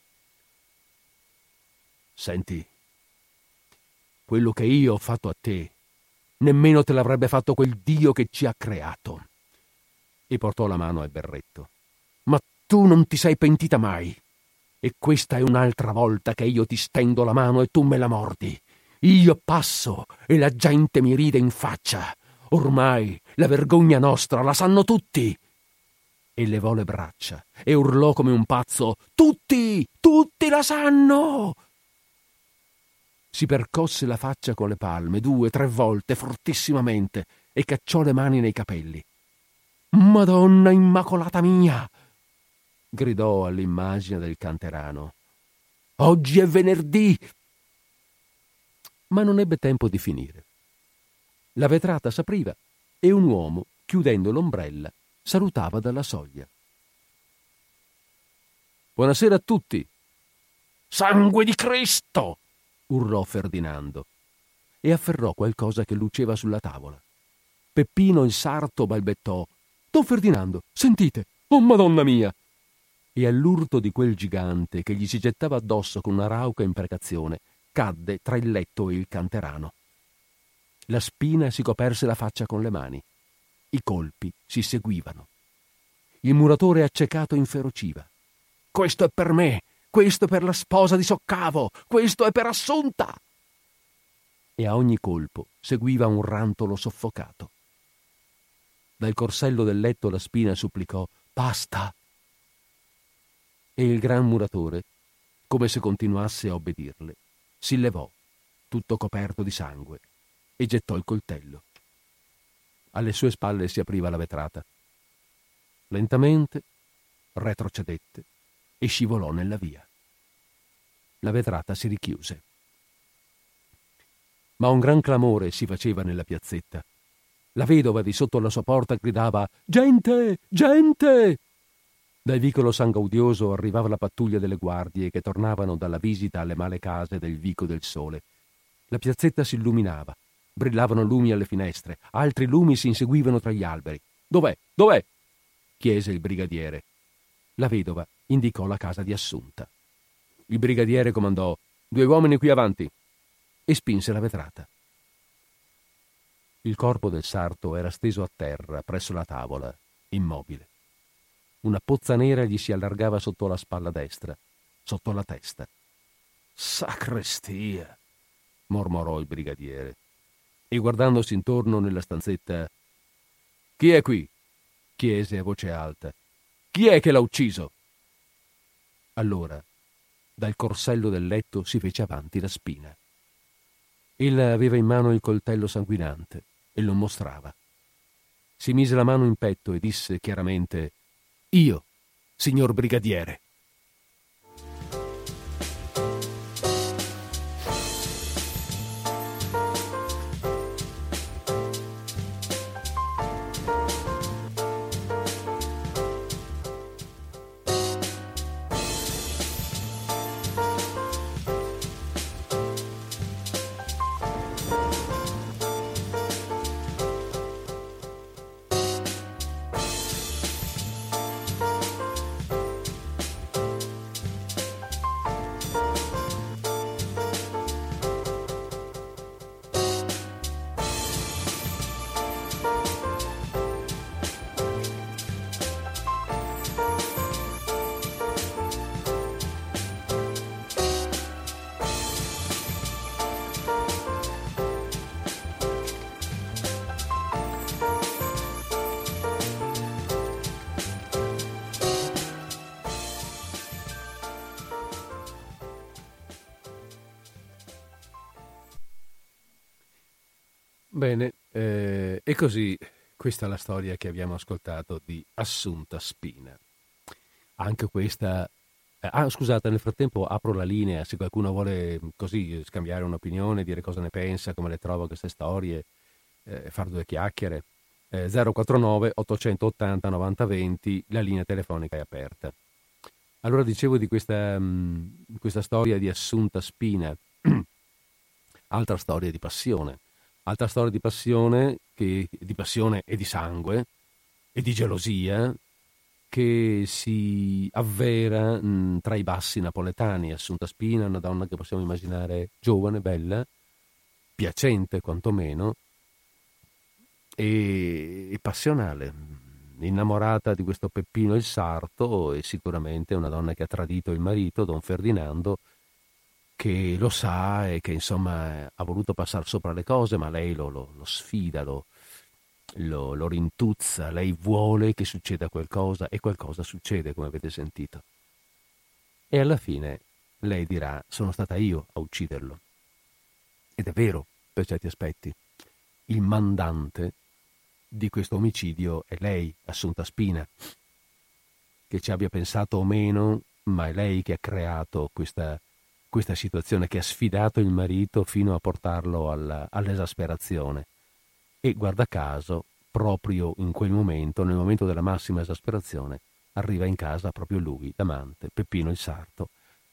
«Senti, quello che io ho fatto a te, nemmeno te l'avrebbe fatto quel Dio che ci ha creato». E portò la mano al berretto. «Ma tu non ti sei pentita mai. E questa è un'altra volta che io ti stendo la mano e tu me la mordi. Io passo e la gente mi ride in faccia. Ormai la vergogna nostra la sanno tutti». E levò le braccia e urlò come un pazzo: «Tutti, tutti la sanno!» Si percosse la faccia con le palme due, tre volte, fortissimamente, e cacciò le mani nei capelli. «Madonna Immacolata mia!» gridò all'immagine del canterano. «Oggi è venerdì!» Ma non ebbe tempo di finire. La vetrata s'apriva e un uomo, chiudendo l'ombrella, salutava dalla soglia. Buonasera a tutti. Sangue di Cristo! Urlò Ferdinando e afferrò qualcosa che luceva sulla tavola. Peppino il sarto balbettò: Don Ferdinando, sentite! Oh, Madonna mia! E all'urto di quel gigante che gli si gettava addosso con una rauca imprecazione, cadde tra il letto e il canterano. La Spina si coperse la faccia con le mani. I colpi si seguivano. Il muratore accecato inferociva. Questo è per me! Questo è per la sposa di Soccavo! Questo è per Assunta! E a ogni colpo seguiva un rantolo soffocato. Dal corsello del letto la Spina supplicò: Basta! E il gran muratore, come se continuasse a obbedirle, si levò, tutto coperto di sangue, e gettò il coltello. Alle sue spalle si apriva la vetrata. Lentamente retrocedette e scivolò nella via. La vetrata si richiuse. Ma un gran clamore si faceva nella piazzetta. La vedova di sotto la sua porta gridava: Gente! Gente! Dal vicolo San Gaudioso arrivava la pattuglia delle guardie che tornavano dalla visita alle male case del Vico del Sole. La piazzetta si illuminava, brillavano lumi alle finestre, altri lumi si inseguivano tra gli alberi. Dov'è? Dov'è? Chiese il brigadiere. La vedova indicò la casa di Assunta. Il brigadiere comandò: Due uomini qui avanti, e spinse la vetrata. Il corpo del sarto era steso a terra presso la tavola, immobile. Una pozza nera gli si allargava sotto la spalla destra, sotto la testa. Sacrestia! Mormorò il brigadiere. E guardandosi intorno nella stanzetta: Chi è qui? Chiese a voce alta. Chi è che l'ha ucciso? Allora, dal corsello del letto si fece avanti la Spina. Ella aveva in mano il coltello sanguinante e lo mostrava. Si mise la mano in petto e disse chiaramente: Io, signor brigadiere. Bene, eh, e così questa è la storia che abbiamo ascoltato di Assunta Spina. Anche questa... Eh, ah, scusate, nel frattempo apro la linea, se qualcuno vuole così scambiare un'opinione, dire cosa ne pensa, come le trova queste storie, eh, far due chiacchiere. Eh, zero quattro nove ottocentottanta novanta venti, la linea telefonica è aperta. Allora dicevo di questa, mh, questa storia di Assunta Spina, altra storia di passione. Altra storia di passione, che, di passione e di sangue e di gelosia che si avvera mh, tra i bassi napoletani. Assunta Spina è una donna che possiamo immaginare giovane, bella, piacente quantomeno e, e passionale, innamorata di questo Peppino il sarto, e sicuramente una donna che ha tradito il marito, Don Ferdinando, che lo sa e che insomma ha voluto passare sopra le cose, ma lei lo, lo, lo sfida, lo, lo, lo rintuzza, lei vuole che succeda qualcosa e qualcosa succede, come avete sentito. E alla fine lei dirà: sono stata io a ucciderlo. Ed è vero, per certi aspetti. Il mandante di questo omicidio è lei, Assunta Spina. Che ci abbia pensato o meno, ma è lei che ha creato questa questa situazione, che ha sfidato il marito fino a portarlo alla, all'esasperazione. E guarda caso, proprio in quel momento, nel momento della massima esasperazione, arriva in casa proprio lui, l'amante, Peppino il Sarto,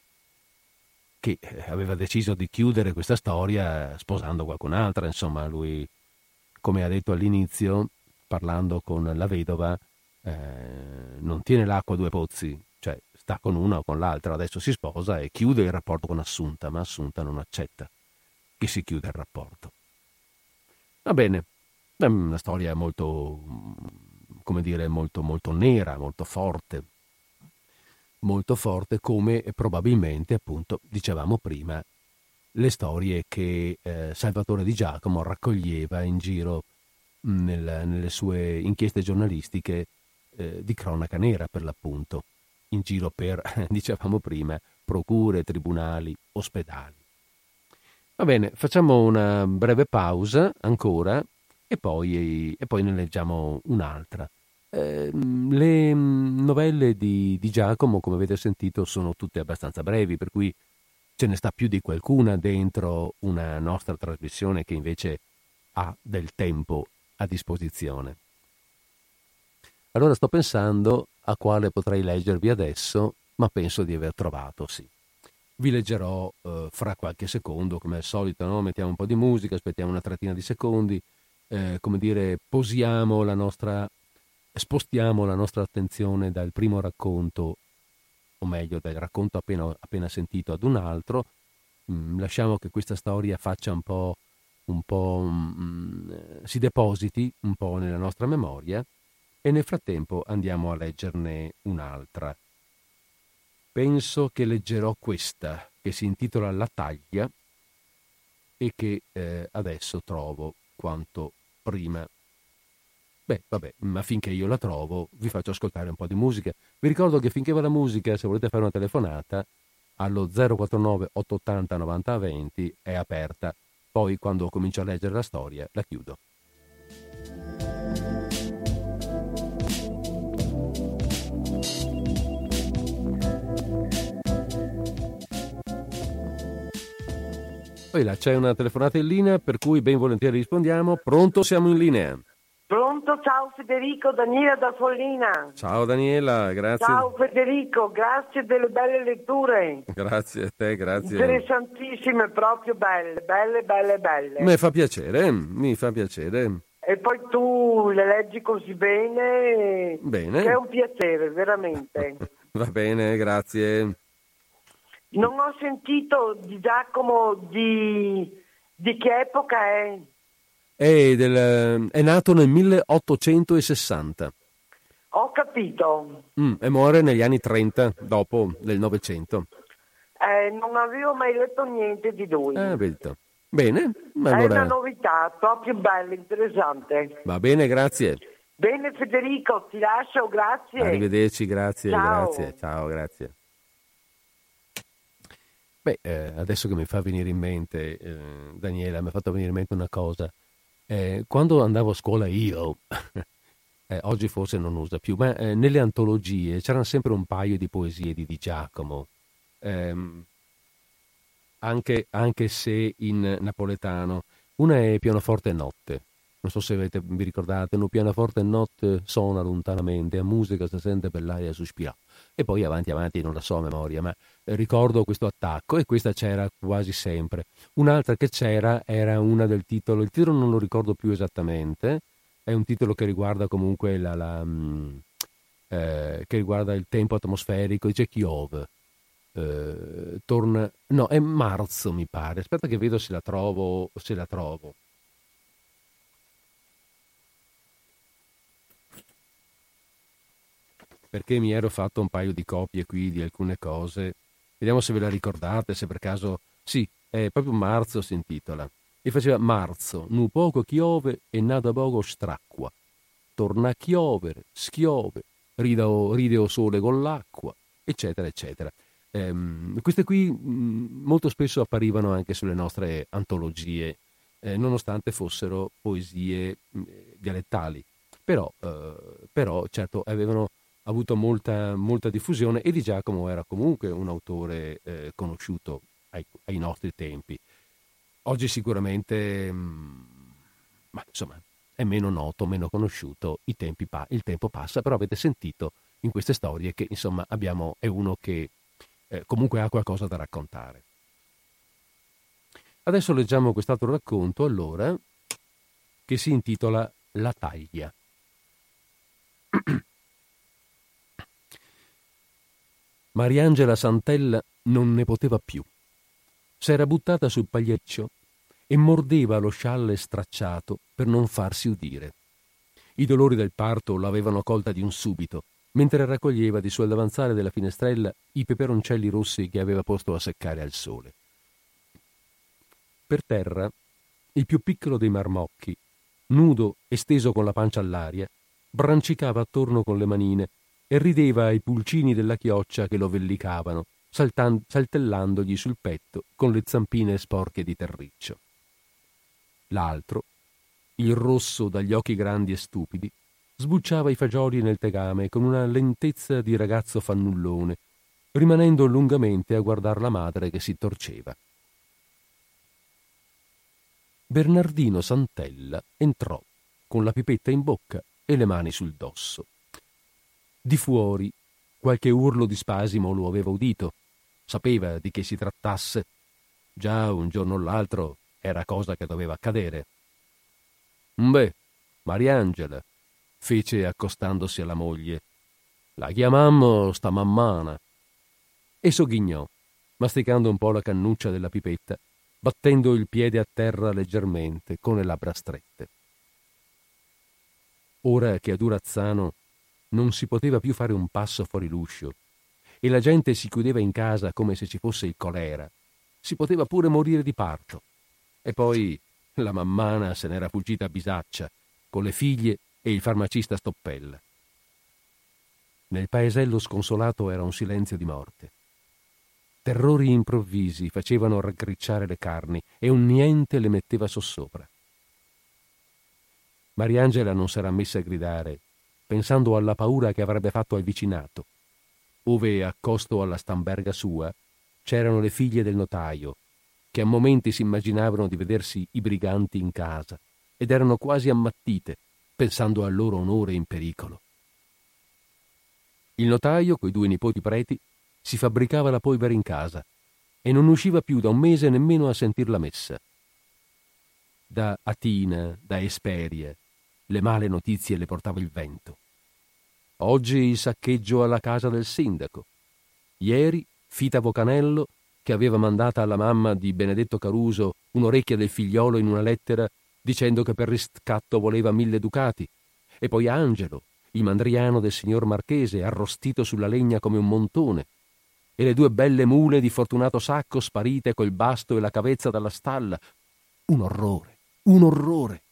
che aveva deciso di chiudere questa storia sposando qualcun'altra. Insomma, lui, come ha detto all'inizio, parlando con la vedova, eh, non tiene l'acqua a due pozzi, cioè sta con una o con l'altra, adesso si sposa e chiude il rapporto con Assunta, ma Assunta non accetta che si chiuda il rapporto. Va bene, è una storia molto, come dire, molto, molto nera, molto forte, molto forte, come probabilmente, appunto, dicevamo prima, le storie che eh, Salvatore Di Giacomo raccoglieva in giro nel, nelle sue inchieste giornalistiche eh, di cronaca nera, per l'appunto, in giro per, dicevamo prima, procure, tribunali, ospedali. Va bene, facciamo una breve pausa ancora e poi, e poi ne leggiamo un'altra. Eh, le novelle di, di Giacomo, come avete sentito, sono tutte abbastanza brevi, per cui ce ne sta più di qualcuna dentro una nostra trasmissione che invece ha del tempo a disposizione. Allora sto pensando a quale potrei leggervi adesso, ma penso di aver trovato, sì. Vi leggerò eh, fra qualche secondo, come al solito, no? Mettiamo un po' di musica, aspettiamo una trettina di secondi, eh, come dire, posiamo la nostra, spostiamo la nostra attenzione dal primo racconto, o meglio dal racconto appena, appena sentito ad un altro, mm, lasciamo che questa storia faccia un po', un po' mm, si depositi un po' nella nostra memoria e nel frattempo andiamo a leggerne un'altra. Penso che leggerò questa, che si intitola La taglia e che eh, adesso trovo quanto prima. Beh, vabbè, ma finché io la trovo vi faccio ascoltare un po' di musica. Vi ricordo che finché va la musica, se volete fare una telefonata, allo zero quattro nove otto otto zero novanta venti è aperta. Poi, quando comincio a leggere la storia, la chiudo. Poi là c'è una telefonata in linea, per cui ben volentieri rispondiamo. Pronto, siamo in linea. Pronto, ciao Federico, Daniela da Follina. Ciao Daniela, grazie. Ciao Federico, grazie delle belle letture. Grazie a te, grazie. Interessantissime, proprio belle, belle, belle, belle. Mi fa piacere, mi fa piacere. E poi tu le leggi così bene, bene. Che è un piacere, veramente. Va bene, grazie. Non ho sentito di Giacomo di, di che epoca è? È, del, è nato nel milleottocentosessanta. Ho capito. Mm, e muore negli anni trenta, dopo del Novecento. Eh, non avevo mai letto niente di lui. Ah, vedo. Bene. Allora... È una novità, proprio bella, interessante. Va bene, grazie. Bene Federico, ti lascio, grazie. Arrivederci, grazie, Ciao. grazie. Ciao, grazie. Beh, eh, adesso che mi fa venire in mente, eh, Daniela, mi ha fatto venire in mente una cosa. Eh, quando andavo a scuola io, eh, oggi forse non usa più, ma eh, nelle antologie c'erano sempre un paio di poesie di Di Giacomo, ehm, anche, anche se in napoletano. Una è Pianoforte notte, non so se avete, vi ricordate, un pianoforte notte suona lontanamente, a musica si sente per l'aria sospirare. E poi avanti avanti non la so a memoria, ma ricordo questo attacco e questa c'era quasi sempre. Un'altra che c'era era una del titolo, il titolo non lo ricordo più esattamente, è un titolo che riguarda comunque la, la eh, che riguarda il tempo atmosferico, dice Chiove. Eh, torna, no, è marzo mi pare, aspetta che vedo se la trovo, se la trovo. Perché mi ero fatto un paio di copie qui di alcune cose. Vediamo se ve la ricordate, se per caso... Sì, è proprio Marzo si intitola. E faceva Marzo, nu poco chiove e nada poco stracqua. Torna a chiovere, schiove, ride o, ride o sole con l'acqua, eccetera, eccetera. Ehm, queste qui mh, molto spesso apparivano anche sulle nostre antologie, eh, nonostante fossero poesie mh, dialettali. Però, eh, però, certo, avevano... avuto molta, molta diffusione e Di Giacomo era comunque un autore eh, conosciuto ai, ai nostri tempi. Oggi sicuramente mh, ma insomma è meno noto, meno conosciuto, i tempi pa- il tempo passa, però avete sentito in queste storie che, insomma, abbiamo, è uno che eh, comunque ha qualcosa da raccontare. Adesso leggiamo quest'altro racconto, allora, che si intitola La taglia. Mariangela Santella non ne poteva più. S'era buttata sul pagliaccio e mordeva lo scialle stracciato per non farsi udire. I dolori del parto l'avevano colta di un subito, mentre raccoglieva di sul davanzale della finestrella i peperoncelli rossi che aveva posto a seccare al sole. Per terra, il più piccolo dei marmocchi, nudo e steso con la pancia all'aria, brancicava attorno con le manine e rideva ai pulcini della chioccia che lo vellicavano, saltan- saltellandogli sul petto con le zampine sporche di terriccio. L'altro, il rosso dagli occhi grandi e stupidi, sbucciava i fagioli nel tegame con una lentezza di ragazzo fannullone, rimanendo lungamente a guardar la madre che si torceva. Bernardino Santella entrò con la pipetta in bocca e le mani sul dosso. Di fuori qualche urlo di spasimo lo aveva udito, sapeva di che si trattasse. Già un giorno o l'altro era cosa che doveva accadere. «Beh, Mariangela», fece accostandosi alla moglie, «la chiamammo sta mammana». E sogghignò, masticando un po' la cannuccia della pipetta, battendo il piede a terra leggermente con le labbra strette. Ora che a Durazzano non si poteva più fare un passo fuori l'uscio e la gente si chiudeva in casa come se ci fosse il colera, si poteva pure morire di parto. E poi la mammana se n'era fuggita a bisaccia con le figlie e il farmacista Stoppella. Nel paesello sconsolato era un silenzio di morte. Terrori improvvisi facevano raggricciare le carni e un niente le metteva sossopra. Mariangela non s'era messa a gridare, pensando alla paura che avrebbe fatto al vicinato, ove accosto alla stamberga sua c'erano le figlie del notaio, che a momenti si immaginavano di vedersi i briganti in casa ed erano quasi ammattite, pensando al loro onore in pericolo. Il notaio, coi due nipoti preti, si fabbricava la polvere in casa e non usciva più da un mese nemmeno a sentir la messa. Da Atina, da Esperia, le male notizie le portava il vento. Oggi il saccheggio alla casa del sindaco. Ieri Fita Vocanello, che aveva mandata alla mamma di Benedetto Caruso un'orecchia del figliolo in una lettera dicendo che per riscatto voleva mille ducati. E poi Angelo, il mandriano del signor Marchese, arrostito sulla legna come un montone. E le due belle mule di Fortunato Sacco sparite col basto e la cavezza dalla stalla. Un orrore, un orrore.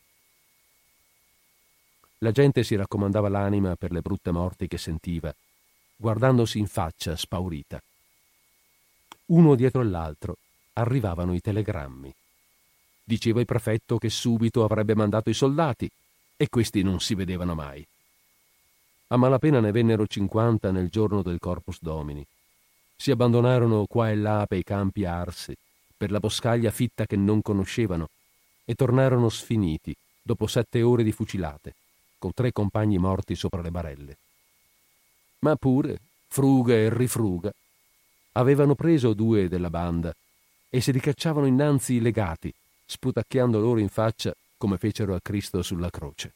La gente si raccomandava l'anima per le brutte morti che sentiva, guardandosi in faccia spaurita. Uno dietro l'altro arrivavano i telegrammi. Diceva il prefetto che subito avrebbe mandato i soldati, e questi non si vedevano mai. A malapena ne vennero cinquanta nel giorno del Corpus Domini. Si abbandonarono qua e là per i campi arsi, per la boscaglia fitta che non conoscevano, e tornarono sfiniti dopo sette ore di fucilate, con tre compagni morti sopra le barelle. Ma pure, Fruga e Rifruga, avevano preso due della banda e si ricacciavano innanzi legati, sputacchiando loro in faccia come fecero a Cristo sulla croce.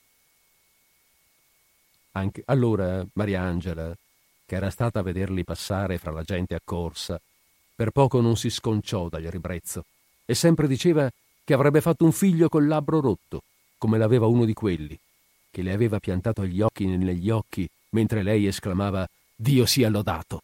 Anche allora Mariangela, che era stata a vederli passare fra la gente accorsa, per poco non si sconciò dal ribrezzo e sempre diceva che avrebbe fatto un figlio col labbro rotto, come l'aveva uno di quelli, che le aveva piantato gli occhi negli occhi mentre lei esclamava «Dio sia lodato!».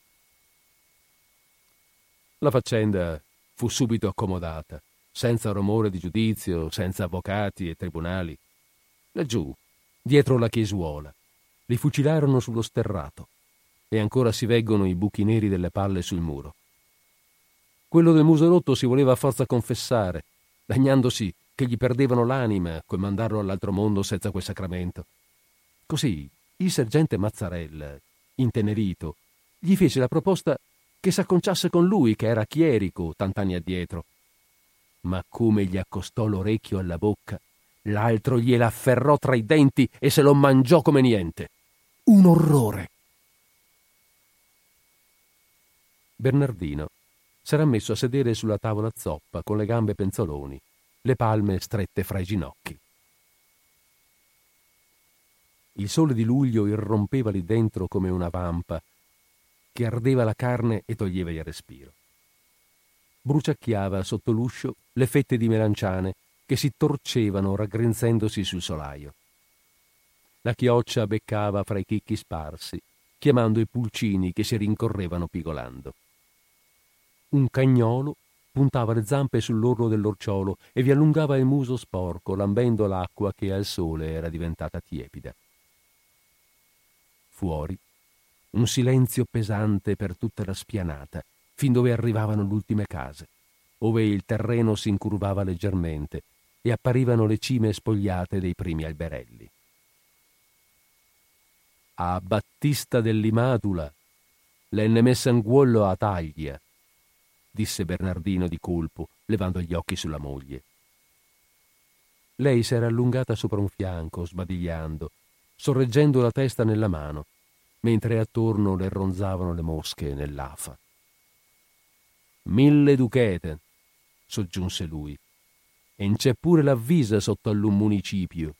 La faccenda fu subito accomodata, senza rumore di giudizio, senza avvocati e tribunali. Laggiù, dietro la chiesuola, li fucilarono sullo sterrato e ancora si veggono i buchi neri delle palle sul muro. Quello del muso rotto si voleva a forza confessare, lagnandosi che gli perdevano l'anima col mandarlo all'altro mondo senza quel sacramento. Così il sergente Mazzarella, intenerito, gli fece la proposta che s'acconciasse con lui, che era chierico tant'anni addietro. Ma come gli accostò l'orecchio alla bocca, l'altro gliela afferrò tra i denti e se lo mangiò come niente. Un orrore, Bernardino s'era messo a sedere sulla tavola zoppa con le gambe penzoloni, le palme strette fra i ginocchi. Il sole di luglio irrompeva lì dentro come una vampa che ardeva la carne e toglieva il respiro. Bruciacchiava sotto l'uscio le fette di melanciane che si torcevano raggrinzendosi sul solaio. La chioccia beccava fra i chicchi sparsi, chiamando i pulcini che si rincorrevano pigolando. Un cagnolo puntava le zampe sull'orlo dell'orciolo e vi allungava il muso sporco, lambendo l'acqua che al sole era diventata tiepida. Fuori, un silenzio pesante per tutta la spianata, fin dove arrivavano le ultime case, ove il terreno si incurvava leggermente e apparivano le cime spogliate dei primi alberelli. A Battista dell'Imatula l'enne messa in guollo a taglia, disse Bernardino di colpo, levando gli occhi sulla moglie. Lei s'era allungata sopra un fianco, sbadigliando, sorreggendo la testa nella mano, mentre attorno le ronzavano le mosche nell'afa. Mille duchete, soggiunse lui, e c'è pure l'avvisa sotto all'un municipio.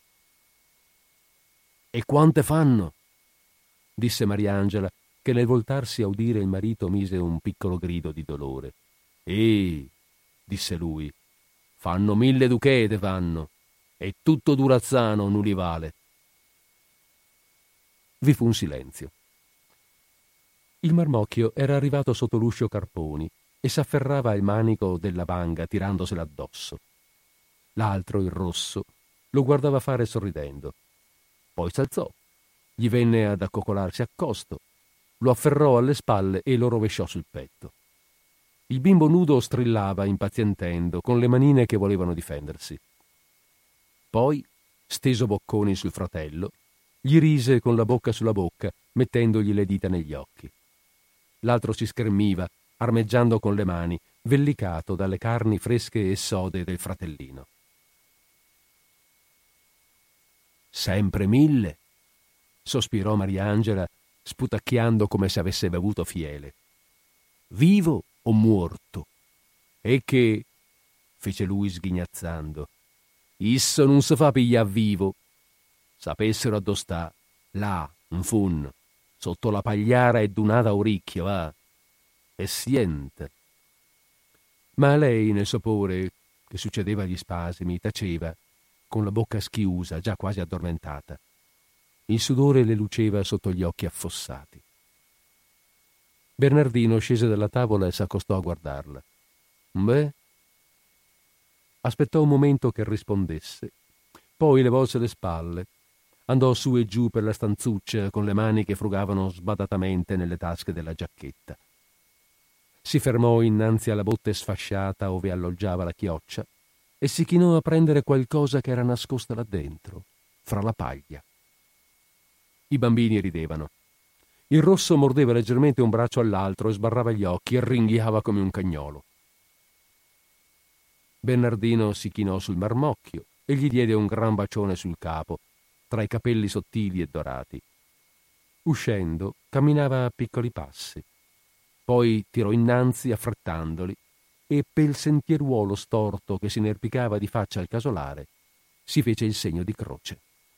E quante fanno? Disse Mariangela, che nel voltarsi a udire il marito mise un piccolo grido di dolore. Eh, disse lui, fanno mille duchete fanno, e tutto Durazzano non li vale. Vi fu un silenzio. Il marmocchio era arrivato sotto l'uscio Carponi e s'afferrava il manico della banga tirandosela addosso. L'altro, il rosso, lo guardava fare sorridendo. Poi s'alzò, gli venne ad accoccolarsi accosto, lo afferrò alle spalle e lo rovesciò sul petto. Il bimbo nudo strillava impazientendo, con le manine che volevano difendersi. Poi, steso bocconi sul fratello, gli rise con la bocca sulla bocca, mettendogli le dita negli occhi. L'altro si schermiva, armeggiando con le mani, vellicato dalle carni fresche e sode del fratellino. Sempre mille, sospirò Mariangela, sputacchiando come se avesse bevuto fiele. Vivo o morto? E che, fece lui sghignazzando, isso non si fa pigliar vivo. Sapessero addostà, là, in fun, sotto la pagliara e dunata oricchio, va. E siente. Ma lei, nel sopore che succedeva agli spasimi, taceva, con la bocca schiusa, già quasi addormentata. Il sudore le luceva sotto gli occhi affossati. Bernardino scese dalla tavola e s'accostò a guardarla. Beh? Aspettò un momento che rispondesse, poi le volse le spalle, andò su e giù per la stanzuccia con le mani che frugavano sbadatamente nelle tasche della giacchetta. Si fermò innanzi alla botte sfasciata ove alloggiava la chioccia e si chinò a prendere qualcosa che era nascosta là dentro, fra la paglia. I bambini ridevano. Il rosso mordeva leggermente un braccio all'altro e sbarrava gli occhi e ringhiava come un cagnolo. Bernardino si chinò sul marmocchio e gli diede un gran bacione sul capo, tra i capelli sottili e dorati. Uscendo, camminava a piccoli passi. Poi tirò innanzi affrettandoli e pel sentieruolo storto che si inerpicava di faccia al casolare si fece il segno di croce.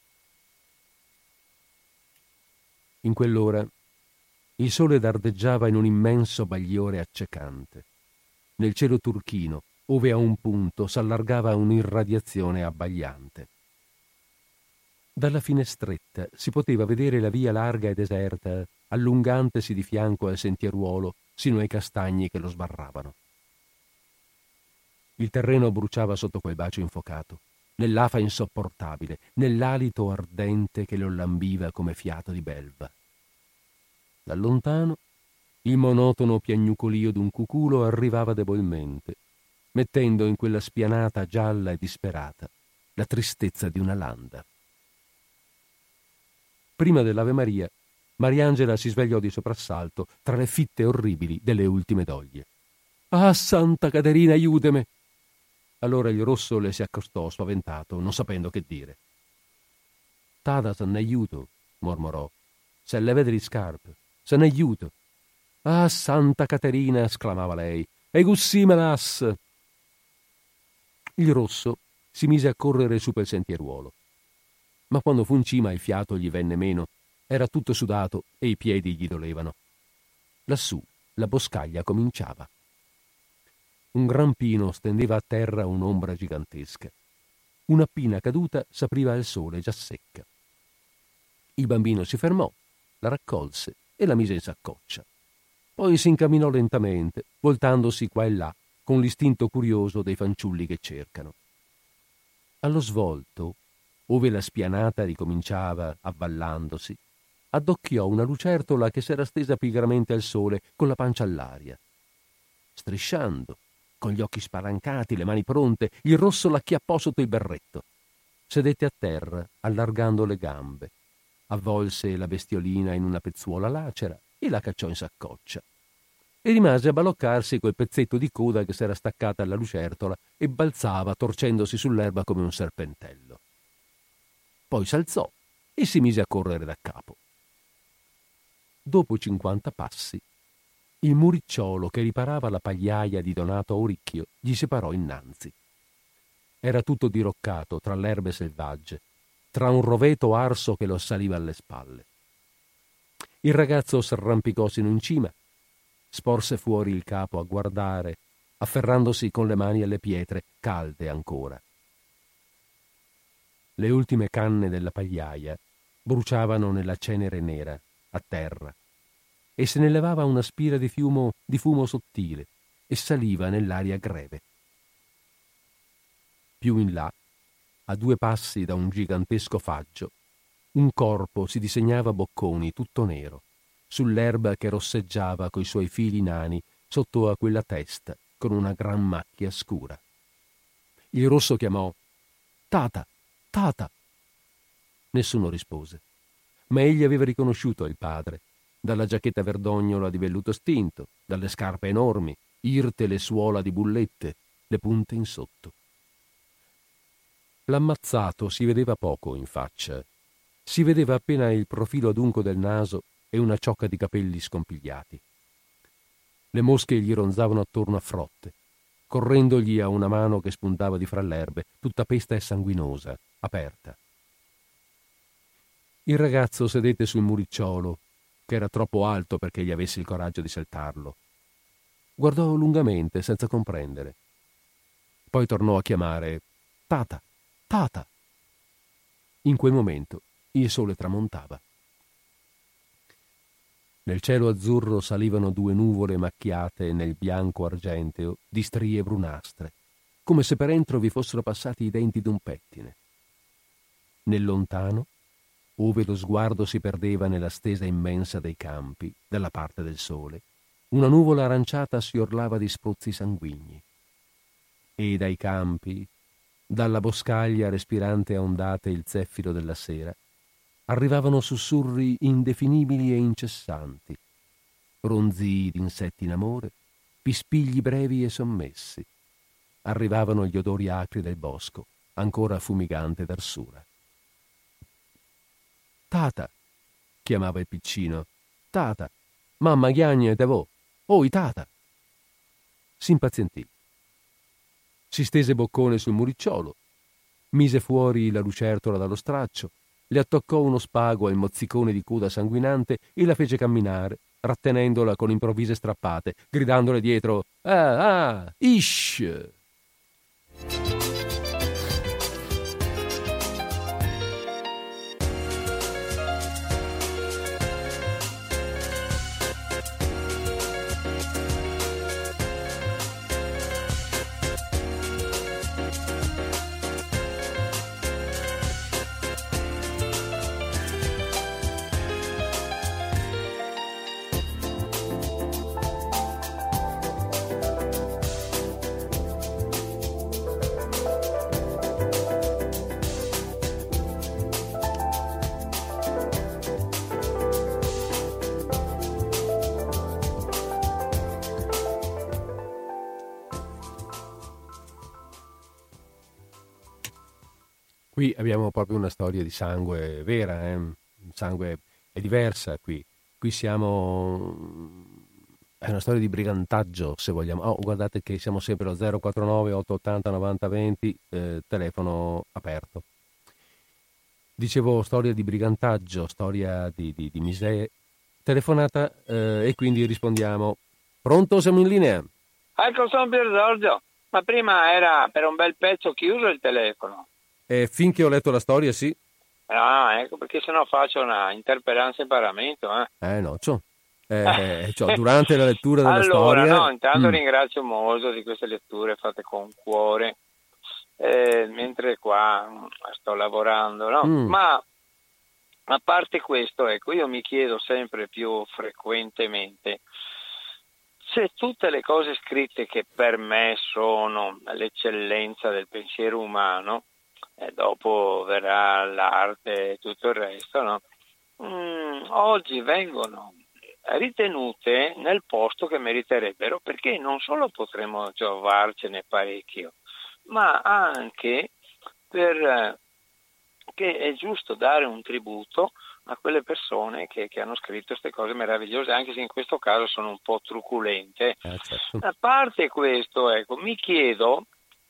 In quell'ora il sole dardeggiava in un immenso bagliore accecante. Nel cielo turchino, ove a un punto s'allargava un'irradiazione abbagliante. Dalla finestretta si poteva vedere la via larga e deserta, allungantesi di fianco al sentieruolo sino ai castagni che lo sbarravano. Il terreno bruciava sotto quel bacio infocato, nell'afa insopportabile, nell'alito ardente che lo lambiva come fiato di belva. Da lontano il monotono piagnucolio d'un cuculo arrivava debolmente, mettendo in quella spianata gialla e disperata la tristezza di una landa. Prima dell'Ave Maria, Mariangela si svegliò di soprassalto tra le fitte orribili delle ultime doglie. «Ah, Santa Caterina, aiuteme!» Allora il rosso le si accostò spaventato, non sapendo che dire. «Tada, se ne aiuto», mormorò. «Se le vede di scarpe, se ne aiuto». Ah, Santa Caterina, esclamava lei, e gussimelas! Il rosso si mise a correre su pel sentieruolo, ma quando fu in cima il fiato gli venne meno, era tutto sudato e i piedi gli dolevano. Lassù la boscaglia cominciava. Un gran pino stendeva a terra un'ombra gigantesca. Una pina caduta s'apriva al sole già secca. Il bambino si fermò, la raccolse e la mise in saccoccia. Poi si incamminò lentamente, voltandosi qua e là, con l'istinto curioso dei fanciulli che cercano. Allo svolto, ove la spianata ricominciava avvallandosi, addocchiò una lucertola che s'era stesa pigramente al sole con la pancia all'aria. Strisciando, con gli occhi spalancati, le mani pronte, il rosso l'acchiappò sotto il berretto. Sedette a terra, allargando le gambe. Avvolse la bestiolina in una pezzuola lacera e la cacciò in saccoccia. E rimase a baloccarsi quel pezzetto di coda che s'era staccata alla lucertola e balzava torcendosi sull'erba come un serpentello. Poi s'alzò e si mise a correre da capo. Dopo cinquanta passi, il muricciolo che riparava la pagliaia di Donato Auricchio gli si parò innanzi. Era tutto diroccato tra l'erbe selvagge, tra un roveto arso che lo assaliva alle spalle. Il ragazzo s'arrampicò sino in cima, sporse fuori il capo a guardare, afferrandosi con le mani alle pietre, calde ancora. Le ultime canne della pagliaia bruciavano nella cenere nera, a terra, e se ne levava una spira di fumo, di fumo sottile e saliva nell'aria greve. Più in là, a due passi da un gigantesco faggio, un corpo si disegnava bocconi tutto nero, sull'erba che rosseggiava coi suoi fili nani sotto a quella testa con una gran macchia scura. Il rosso chiamò «Tata! Tata!». Nessuno rispose, ma egli aveva riconosciuto il padre, dalla giacchetta verdognola di velluto stinto, dalle scarpe enormi, irte le suola di bullette, le punte in sotto. L'ammazzato si vedeva poco in faccia. Si vedeva appena il profilo adunco del naso e una ciocca di capelli scompigliati. Le mosche gli ronzavano attorno a frotte, correndogli a una mano che spuntava di fra l'erbe, tutta pesta e sanguinosa, aperta. Il ragazzo sedette sul muricciolo, che era troppo alto perché gli avesse il coraggio di saltarlo. Guardò lungamente, senza comprendere. Poi tornò a chiamare «Tata! Tata!». In quel momento il sole tramontava. Nel cielo azzurro salivano due nuvole macchiate nel bianco argenteo di strie brunastre, come se per entro vi fossero passati i denti d'un pettine. Nel lontano, ove lo sguardo si perdeva nella stesa immensa dei campi, dalla parte del sole, una nuvola aranciata si orlava di spruzzi sanguigni. E dai campi, dalla boscaglia respirante a ondate il zeffiro della sera, arrivavano sussurri indefinibili e incessanti, ronzii d'insetti in amore, pispigli brevi e sommessi. Arrivavano gli odori acri del bosco, ancora fumigante d'arsura. «Tata!», chiamava il piccino. «Tata! Mamma ghiagne te vo! Oi, tata!». S'impazientì. Si stese boccone sul muricciolo, mise fuori la lucertola dallo straccio, le attaccò uno spago al mozzicone di coda sanguinante e la fece camminare, rattenendola con improvvise strappate, gridandole dietro «Ah, ah, ish!». Qui abbiamo proprio una storia di sangue vera, eh? Sangue è diversa qui. Qui siamo È una storia di brigantaggio, se vogliamo. Oh, guardate che siamo sempre allo zero quattro nove otto otto zero novanta venti, eh, telefono aperto. Dicevo storia di brigantaggio, storia di, di, di miseria. Telefonata eh, e quindi rispondiamo. Pronto, siamo in linea? Ecco, sono Pier Giorgio, ma prima era per un bel pezzo chiuso il telefono. Eh, finché ho letto la storia, sì. Ah, ecco, perché sennò faccio una interperanza in Parlamento, eh. Eh, no, ciò. Eh, cioè, durante la lettura della allora, storia... no, intanto mm. ringrazio molto di queste letture fatte con cuore, eh, mentre qua sto lavorando, no? Mm. Ma a parte questo, ecco, io mi chiedo sempre più frequentemente se tutte le cose scritte che per me sono l'eccellenza del pensiero umano, e dopo verrà l'arte e tutto il resto, no? Mm, oggi vengono ritenute nel posto che meriterebbero, perché non solo potremmo giovarcene parecchio, ma anche per che è giusto dare un tributo a quelle persone che, che hanno scritto queste cose meravigliose, anche se in questo caso sono un po' truculente. Eh, certo. A parte questo, ecco, mi chiedo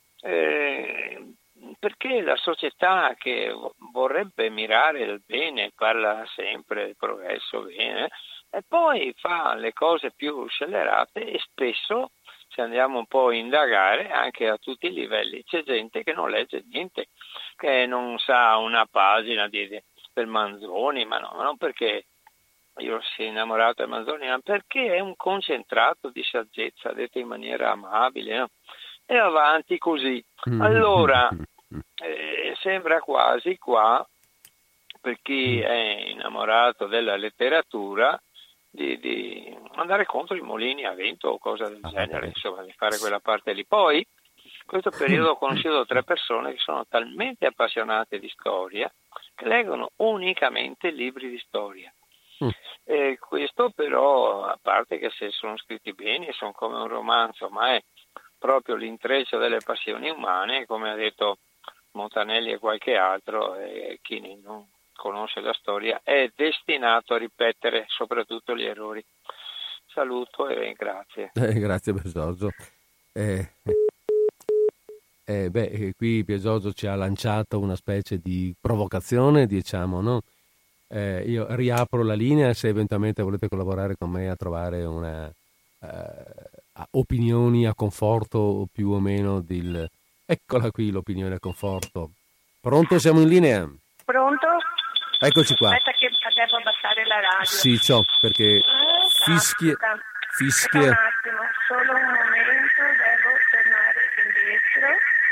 eh, perché la società che vorrebbe mirare il bene, parla sempre del progresso, bene, e poi fa le cose più scellerate, e spesso, se andiamo un po' a indagare, anche a tutti i livelli, c'è gente che non legge niente, che non sa una pagina di, del Manzoni, ma, no, ma non perché io sia innamorato del Manzoni, ma perché è un concentrato di saggezza, detto in maniera amabile, no? E avanti così. Allora, eh, sembra quasi qua, per chi è innamorato della letteratura, Di, di andare contro i mulini a vento o cosa del genere, insomma, di fare quella parte lì. Poi, in questo periodo ho conosciuto tre persone che sono talmente appassionate di storia che leggono unicamente libri di storia. Mm. E questo però, a parte che se sono scritti bene, sono come un romanzo, ma è proprio l'intreccio delle passioni umane, come ha detto Montanelli e qualche altro, e chi non conosce la storia è destinato a ripetere soprattutto gli errori. Saluto e grazie. Eh, grazie Pier Giorgio. Eh, eh, beh, qui Pier Giorgio ci ha lanciato una specie di provocazione, diciamo, no? Eh, io riapro la linea se eventualmente volete collaborare con me a trovare una eh, opinioni a conforto più o meno del... Eccola qui l'opinione a conforto. Pronto, siamo in linea? Pronto? Eccoci qua. Aspetta che devo abbassare la radio. Sì, ciò, perché fischia... Aspetta, fischia... un attimo, solo un momento, devo tornare indietro.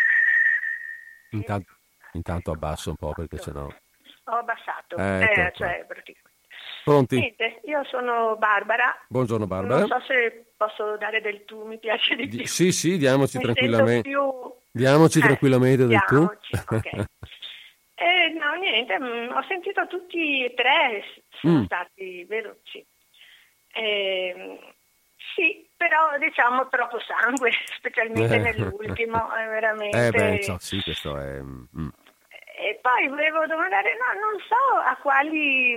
Intanto, intanto abbasso un po' perché sennò... Ho abbassato, Ecco, eh, cioè praticamente. Pronti? Niente, io sono Barbara. Buongiorno Barbara. Non so se posso dare del tu, mi piace di più. Di, sì, sì, diamoci mi tranquillamente. Più... Diamoci eh, tranquillamente del tu. Ok. Eh, no, niente, mh, ho sentito tutti e tre, sono mm. stati veloci. Eh, sì, però diciamo troppo sangue, specialmente nell'ultimo, è veramente... Eh beh, so, sì, questo è... Mm. E poi volevo domandare, no, non so a quali,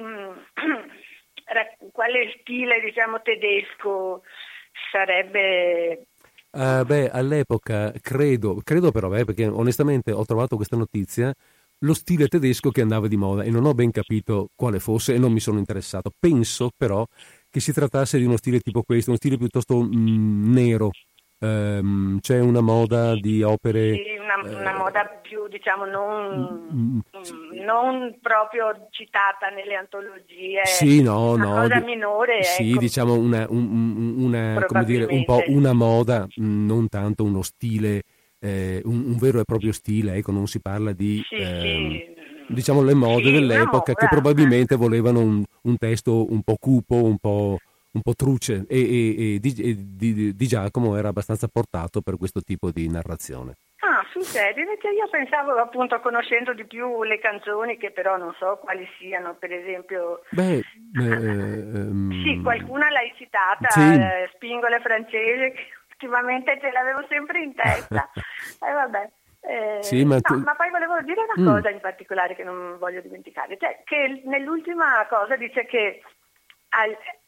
quale stile, diciamo, tedesco sarebbe... Uh, beh, all'epoca credo, credo però, beh, perché onestamente ho trovato questa notizia, lo stile tedesco che andava di moda e non ho ben capito quale fosse e non mi sono interessato. Penso però che si trattasse di uno stile tipo questo, uno stile piuttosto mm, nero. Um, c'è una moda di opere... Sì, una, eh, una moda più, diciamo, non, mm, non proprio citata nelle antologie. Sì, no, una no. cosa minore. Sì, ecco, diciamo una, un, una, come dire, un po' una moda, non tanto uno stile, eh, un, un vero e proprio stile, ecco, non si parla di... Sì, ehm, sì. diciamo le mode sì, dell'epoca moda, che probabilmente volevano un, un testo un po' cupo, un po', un po' truce e, e, e, di, e di, di Giacomo era abbastanza portato per questo tipo di narrazione. Ah, sul serio, invece io pensavo, appunto, conoscendo di più le canzoni, che però non so quali siano, per esempio... Beh, eh, ehm... sì, qualcuna l'hai citata, sì. eh, Spingola francese, che ultimamente ce l'avevo sempre in testa. E eh, vabbè. Eh, sì, ma, no, tu... ma poi volevo dire una mm. cosa in particolare che non voglio dimenticare, cioè che nell'ultima cosa dice che al,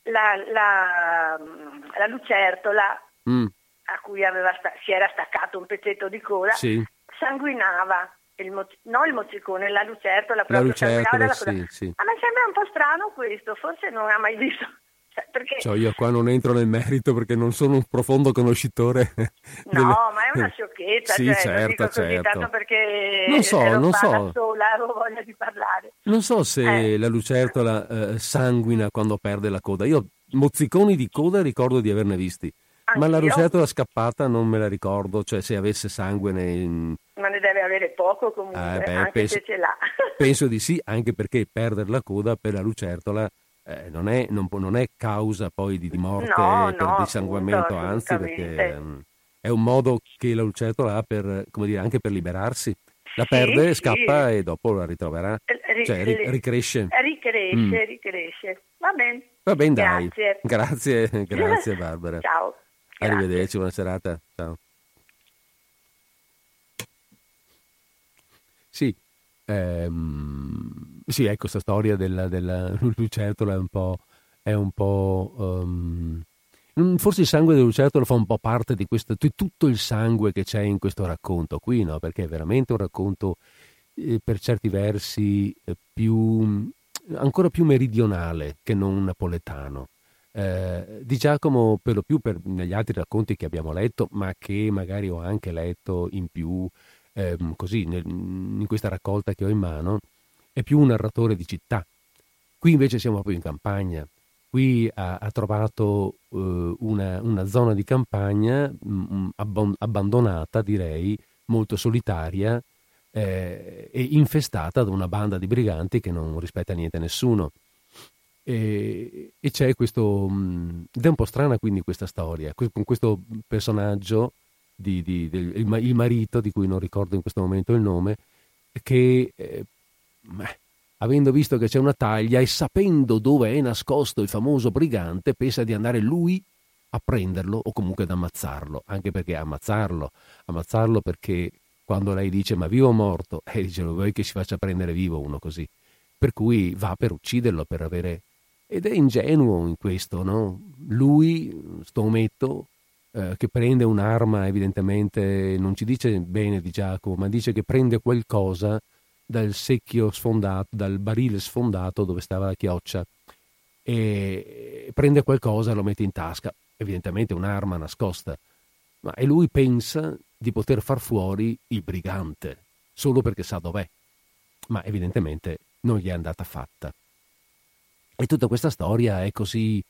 la, la, la lucertola mm. a cui aveva sta- si era staccato un pezzetto di coda, sì. sanguinava, il mo- no il mozzicone, la lucertola La proprio lucertola, sanguinava dalla coda. sì, sì. A me sembra un po' strano questo, forse non ha mai visto. Perché... Cioè, io qua non entro nel merito perché non sono un profondo conoscitore. No, delle... ma è una sciocchezza, sì, cioè, certo, lo dico così certo. tanto perché non so, ero non fatta so. sola, avevo voglia di parlare. Non so se eh. la lucertola eh, sanguina quando perde la coda. Io mozziconi di coda ricordo di averne visti, Anch'io. ma la lucertola scappata non me la ricordo, cioè se avesse sangue nei... Ma ne deve avere poco comunque, eh, beh, anche penso, se ce l'ha. penso di sì, anche perché perdere la coda per la lucertola eh, non, è, non, non è causa poi di, di morte no, per no, dissanguamento, appunto, anzi perché um, è un modo che la lucertola ha per, come dire, anche per liberarsi. La sì, perde, sì. scappa e dopo la ritroverà, Ri- cioè ri- ricresce. Ricresce, mm. ricresce. Va bene. Va bene, dai. Grazie. Grazie, grazie Barbara. Ciao. Grazie. Arrivederci, buona serata. Ciao. Sì, ehm, sì, ecco, questa storia della, della lucertola è un po', è un po' um, forse il sangue della lucertola fa un po' parte di questo, di tutto il sangue che c'è in questo racconto qui, no? Perché è veramente un racconto eh, per certi versi eh, più, ancora più meridionale che non napoletano. Eh, di Giacomo per lo più per, negli altri racconti che abbiamo letto, ma che magari ho anche letto in più eh, così nel, in questa raccolta che ho in mano, è più un narratore di città. Qui invece siamo proprio in campagna. Qui ha, ha trovato uh, una, una zona di campagna mh, abbon- abbandonata, direi, molto solitaria eh, e infestata da una banda di briganti che non rispetta niente a nessuno. E, e c'è questo, mh, ed è un po' strana quindi questa storia, con questo personaggio, di, di, del, il, il marito, di cui non ricordo in questo momento il nome, che... Eh, avendo visto che c'è una taglia e sapendo dove è nascosto il famoso brigante, pensa di andare lui a prenderlo o comunque ad ammazzarlo, anche perché ammazzarlo, ammazzarlo perché quando lei dice ma vivo o morto, e eh, dice vuoi che si faccia prendere vivo uno così, per cui va per ucciderlo, per avere... ed è ingenuo in questo, no? Lui, sto ometto, eh, che prende un'arma, evidentemente non ci dice bene di Giacomo, ma dice che prende qualcosa dal secchio sfondato, dal barile sfondato dove stava la chioccia, e prende qualcosa e lo mette in tasca, evidentemente un'arma nascosta, ma e lui pensa di poter far fuori il brigante solo perché sa dov'è, ma evidentemente non gli è andata fatta. E tutta questa storia è così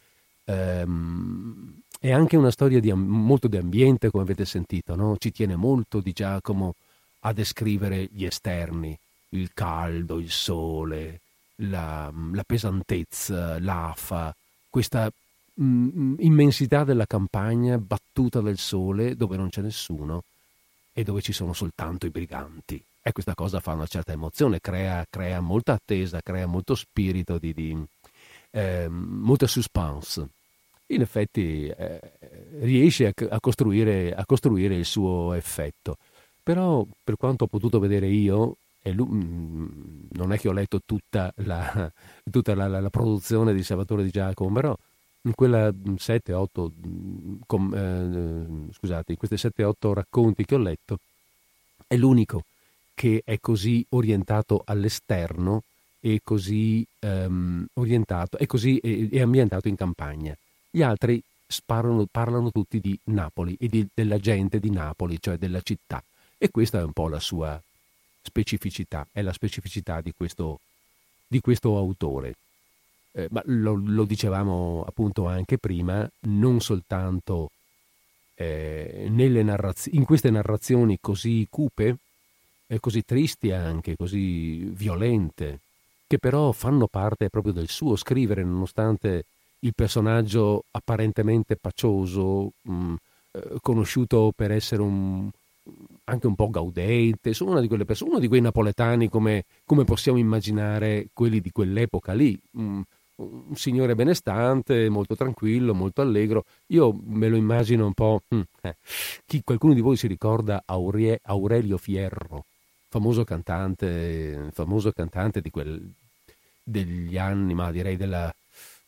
ehm, è anche una storia di, molto di ambiente, come avete sentito, no? Ci tiene molto di Giacomo a descrivere gli esterni, il caldo, il sole, la, la pesantezza, l'afa, questa mh, immensità della campagna battuta dal sole dove non c'è nessuno e dove ci sono soltanto i briganti. E questa cosa fa una certa emozione, crea, crea molta attesa, crea molto spirito, di, di eh, molta suspense. In effetti eh, riesce a, a, costruire, a costruire il suo effetto. Però per quanto ho potuto vedere io, e lui, non è che ho letto tutta la, tutta la, la, la produzione di Salvatore Di Giacomo, però in quella sette otto com, eh, scusate, in questi sette otto racconti che ho letto è l'unico che è così orientato all'esterno e così ehm, orientato è così è, è ambientato in campagna. Gli altri sparano, parlano tutti di Napoli e di, della gente di Napoli, cioè della città, e questa è un po' la sua specificità, è la specificità di questo, di questo autore. Eh, ma lo, lo dicevamo appunto anche prima, non soltanto eh, nelle narraz- in queste narrazioni così cupe, eh, così tristi anche, così violente, che però fanno parte proprio del suo scrivere, nonostante il personaggio apparentemente pacioso, mh, eh, conosciuto per essere un anche un po' gaudente, sono una di quelle persone, uno di quei napoletani come, come possiamo immaginare quelli di quell'epoca lì, un, un signore benestante, molto tranquillo, molto allegro. Io me lo immagino un po', hm, eh. Chi, qualcuno di voi si ricorda Aurie, Aurelio Fierro, famoso cantante, famoso cantante di quel, degli anni, ma direi della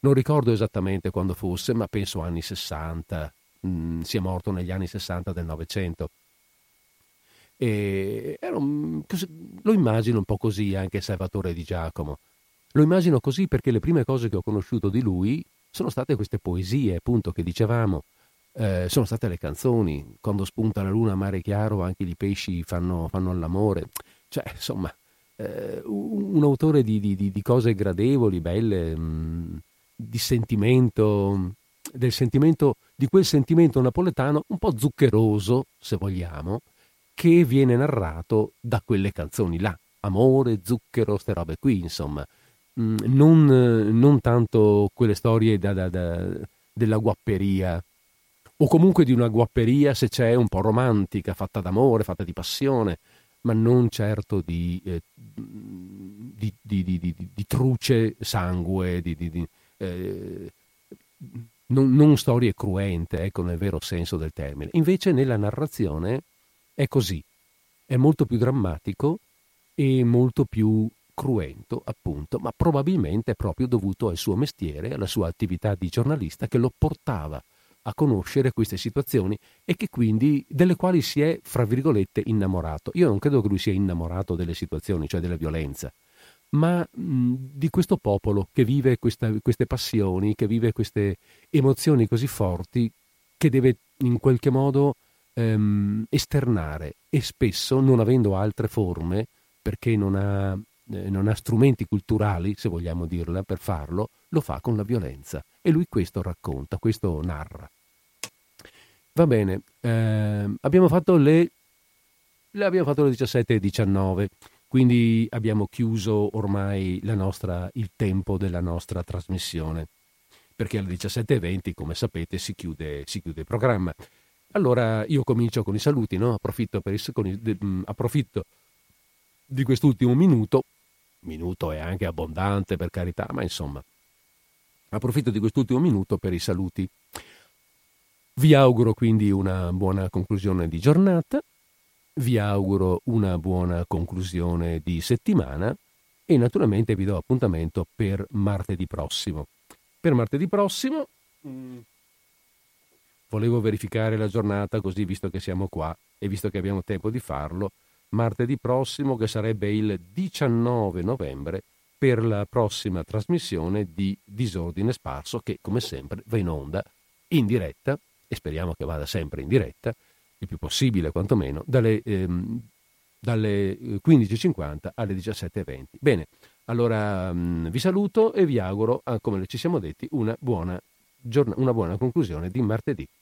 Non ricordo esattamente quando fosse, ma penso anni sessanta, mm, sia morto negli anni sessanta del Novecento. E era un, lo immagino un po' così anche Salvatore Di Giacomo. Lo immagino così perché le prime cose che ho conosciuto di lui sono state queste poesie, appunto, che dicevamo, eh, sono state le canzoni. Quando spunta la luna a mare chiaro, anche i pesci fanno, fanno l'amore. Cioè, insomma, eh, un, un autore di, di, di cose gradevoli, belle, mh, di sentimento, del sentimento, di quel sentimento napoletano un po' zuccheroso, se vogliamo, che viene narrato da quelle canzoni là. Amore, zucchero, ste robe qui, insomma. Non, non tanto quelle storie da, da, da, della guapperia, o comunque di una guapperia, se c'è, un po' romantica, fatta d'amore, fatta di passione, ma non certo di, eh, di, di, di, di, di truce sangue, di, di, di, eh, non, non storie cruente, ecco, nel vero senso del termine. Invece nella narrazione è così, è molto più drammatico e molto più cruento, appunto, ma probabilmente è proprio dovuto al suo mestiere, alla sua attività di giornalista che lo portava a conoscere queste situazioni e che quindi delle quali si è, fra virgolette, innamorato. Io non credo che lui sia innamorato delle situazioni, cioè della violenza, ma mh, di questo popolo che vive questa, queste passioni, che vive queste emozioni così forti, che deve in qualche modo ehm, esternare, e spesso, non avendo altre forme, perché non ha non ha strumenti culturali, se vogliamo dirla, per farlo, lo fa con la violenza. E lui questo racconta, questo narra. Va bene, eh, abbiamo fatto le, le abbiamo fatto le diciassette e diciannove, quindi abbiamo chiuso ormai la nostra, il tempo della nostra trasmissione, perché alle diciassette e venti, come sapete, si chiude, si chiude il programma. Allora io comincio con i saluti, no? Approfitto, per il, con il, de, approfitto di quest'ultimo minuto. Minuto è anche abbondante, per carità, ma insomma, approfitto di quest'ultimo minuto per i saluti. Vi auguro quindi una buona conclusione di giornata, vi auguro una buona conclusione di settimana e naturalmente vi do appuntamento per martedì prossimo. Per martedì prossimo mh, volevo verificare la giornata, così, visto che siamo qua e visto che abbiamo tempo di farlo, martedì prossimo, che sarebbe il diciannove novembre, per la prossima trasmissione di Disordine Sparso, che come sempre va in onda in diretta, e speriamo che vada sempre in diretta, il più possibile quantomeno, dalle, ehm, dalle quindici e cinquanta alle diciassette e venti. Bene, allora mh, vi saluto e vi auguro, come ci siamo detti, una buona, giorn- una buona conclusione di martedì.